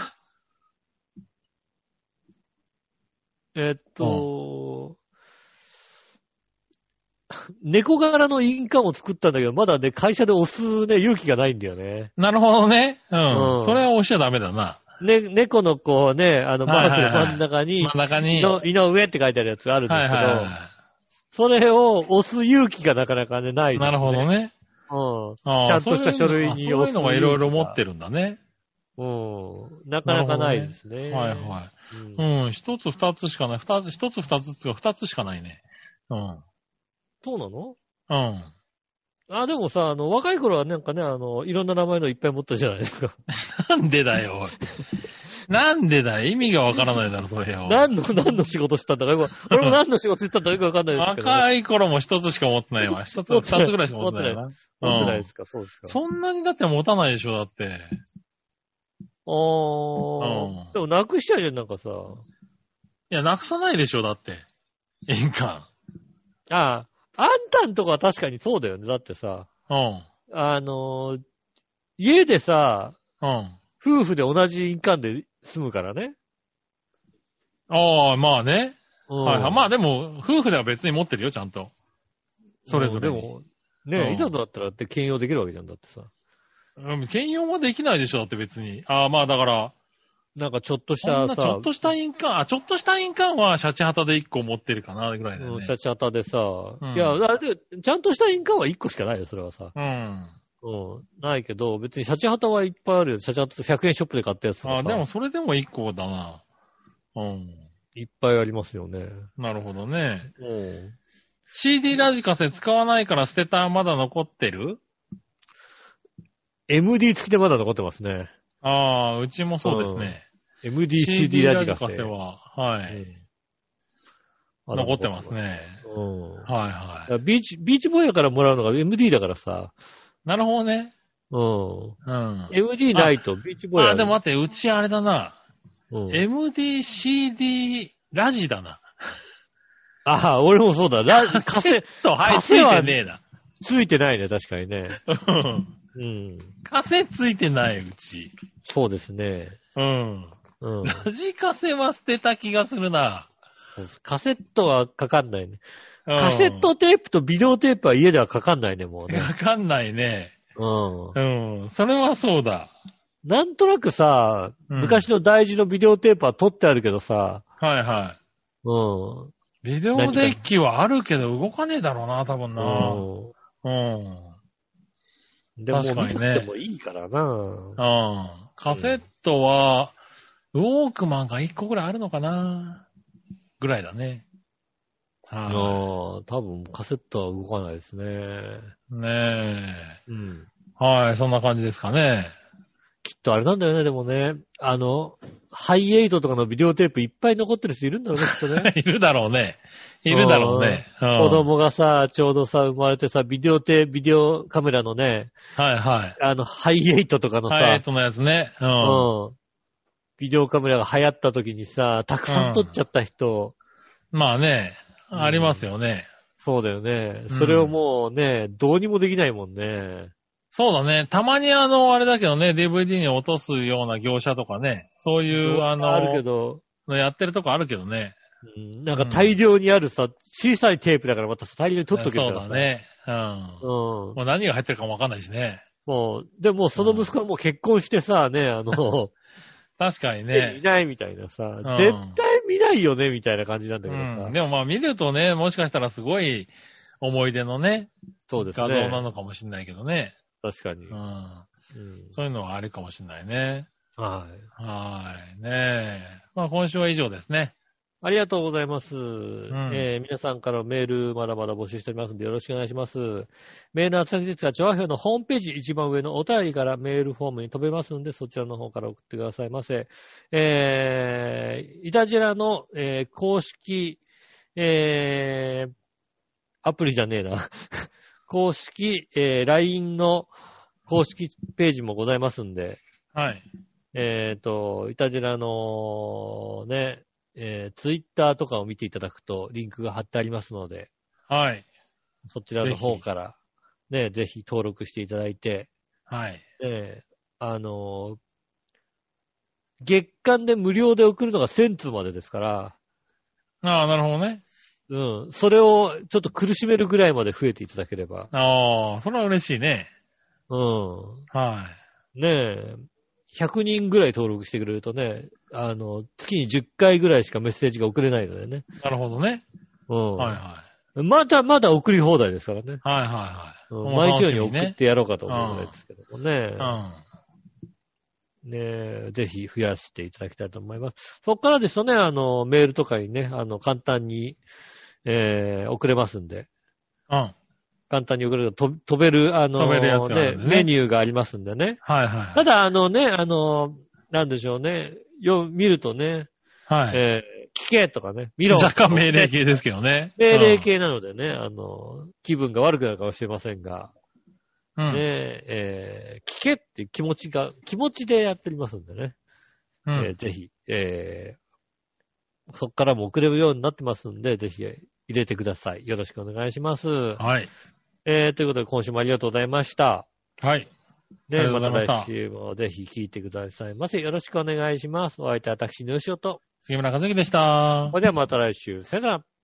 猫柄の印鑑を作ったんだけど、まだね、会社で押すね、勇気がないんだよね。 なるほどね。それは押しちゃダメだな。 猫のこうね、マークの真ん中に、井の上って書いてあるやつがあるんですけど、それを押す勇気がなかなかね、ないですね。 なるほどね。 ちゃんとした書類に押す。 そういうのがいろいろ持ってるんだね。 なかなかないですね。 一つ二つしかない。一つ二つって二つしかないね。 そうなの？でもさ、若い頃はなんかね、いろんな名前のいっぱい持ったじゃないですか。 なんでだよ。なんでだよ。意味がわからないだろ、それよ。 何の仕事したんだかよく、俺も何の仕事したんだかよくわかんないですけど、 若い頃も一つしか持ってないわ。一つ、二つぐらいしか持ってないな。 持ってないですか、そうですか。 そんなにだって持たないでしょ、だって。 でもなくしちゃうじゃん、なんかさ。 いや、なくさないでしょ、だって。印鑑。 あんたんとこは確かにそうだよね。だってさ。家でさ、夫婦で同じ印鑑で住むからね。 まあね。まあでも、夫婦では別に持ってるよ、ちゃんと。それぞれ。 でも、ね、いざとだったらって兼用できるわけじゃん、だってさ。 兼用はできないでしょ、だって別に。まあだから、 なんかちょっとしたさ。 ちょっとした印鑑、ちょっとした印鑑はシャチハタで1個持ってるかな、ぐらいだよね。 シャチハタでさ。いや、ちゃんとした印鑑は1個しかないよ、それはさ。 ないけど、別にシャチハタはいっぱいあるよ。シャチハタ100円ショップで買ったやつとかさ。 でもそれでも1個だな。 いっぱいありますよね。 なるほどね。CD ラジカセ使わないから捨てたまだ残ってる？ MD 付きでまだ残ってますね。 うちもそうですね。 MD、CD ラジカセ。 は、はい。残ってますね。はいはい。 ビーチボーイからもらうのが MD だからさ。 なるほどね。 MD ないとビーチボーイでも待って、うちあれだな。MD、CD、ラジだな。 俺もそうだ。 カセット、ついてねえな。 ついてないね、確かにね。 カセついてない、うち。 そうですね。 ラジカセは捨てた気がするな。 カセットはかかんないね。カセットテープとビデオテープは家ではかかんないね、もうね。 かかんないね。それはそうだ。 なんとなくさ、昔の大事のビデオテープは取ってあるけどさ。 はいはい。ビデオデッキはあるけど動かねえだろうな、多分な。 でも見なくてもいいからな。 カセットは、ウォークマンが1個ぐらいあるのかなぐらいだね。 多分カセットは動かないですね。 ねえ。はい、そんな感じですかね。 きっとあれなんだよね、でもね。ハイエイトとかのビデオテープいっぱい残ってる人いるんだろうね、きっとね。 いるだろうね。いるだろうね。 子供がさ、ちょうどさ、生まれてさ、ビデオカメラのね。 はいはい。 ハイエイトとかのさ。 ハイエイトのやつね。 ビデオカメラが流行った時にさ、たくさん撮っちゃった人。 まあね、ありますよね。 そうだよね。それをもうね、どうにもできないもんね。 そうだね。たまにあれだけどね、DVD に落とすような業者とかね、そういうあるけど、 やってるとこあるけどね。 なんか大量にあるさ、小さいテープだからまた大量に取っとけるからさ。 そうだね。もう何が入ってるかもわかんないしね。 でもその息子はもう結婚してさ、ね、 確かにね。 いないみたいなさ、絶対見ないよね、みたいな感じなんだけどさ。 でもまあ見るとね、もしかしたらすごい思い出のね、 そうですね。 画像なのかもしれないけどね。 確かに。 そういうのはあるかもしれないね。 はい。 ねえ。まあ今週は以上ですね。 ありがとうございます。皆さんからメールまだまだ募集しておりますのでよろしくお願いします。メールの宛先ですが、調和表のホームページ一番上のお便りからメールフォームに飛べますので、そちらの方から送ってくださいませ。イタジラの、公式、アプリじゃねえな。公式、LINE の公式ページもございますんで。 はい。 イタジラのね、ツイッターとかを見ていただくとリンクが貼ってありますので。 はい。 そちらの方から、ね、ぜひ登録していただいて。 はい。 月間で無料で送るのが1000通までですから。 なるほどね。 それをちょっと苦しめるぐらいまで増えていただければ。 それは嬉しいね。 はい。ねえ。100人ぐらい登録してくれるとね、月に10回ぐらいしかメッセージが送れないのでね。 なるほどね。はいはい。 まだ送り放題ですからね。 はいはいはい。 毎日のように送ってやろうかと思うんですけどもね。ねえ、ぜひ増やしていただきたいと思います。そこからですとね、メールとかにね、簡単に、送れますんで。簡単に送ると飛べる、 飛べるやつがあるね、メニューがありますんでね。 はいはい。 ただ、なんでしょうね。見るとね。 はい。 聞けとかね。見ろ。 若干命令系ですけどね。 命令系なのでね、気分が悪くなるかもしれませんが。聞けっていう気持ちでやっておりますんでね。ぜひ、そこからも送れるようになってますんで、ぜひ入れてください。よろしくお願いします。 はい。 ということで今週もありがとうございました。 はい。 で、また来週もぜひ聞いてくださいませ。よろしくお願いします。お相手は私、のよしおと。 杉村和樹でした。 それではまた来週。さよなら。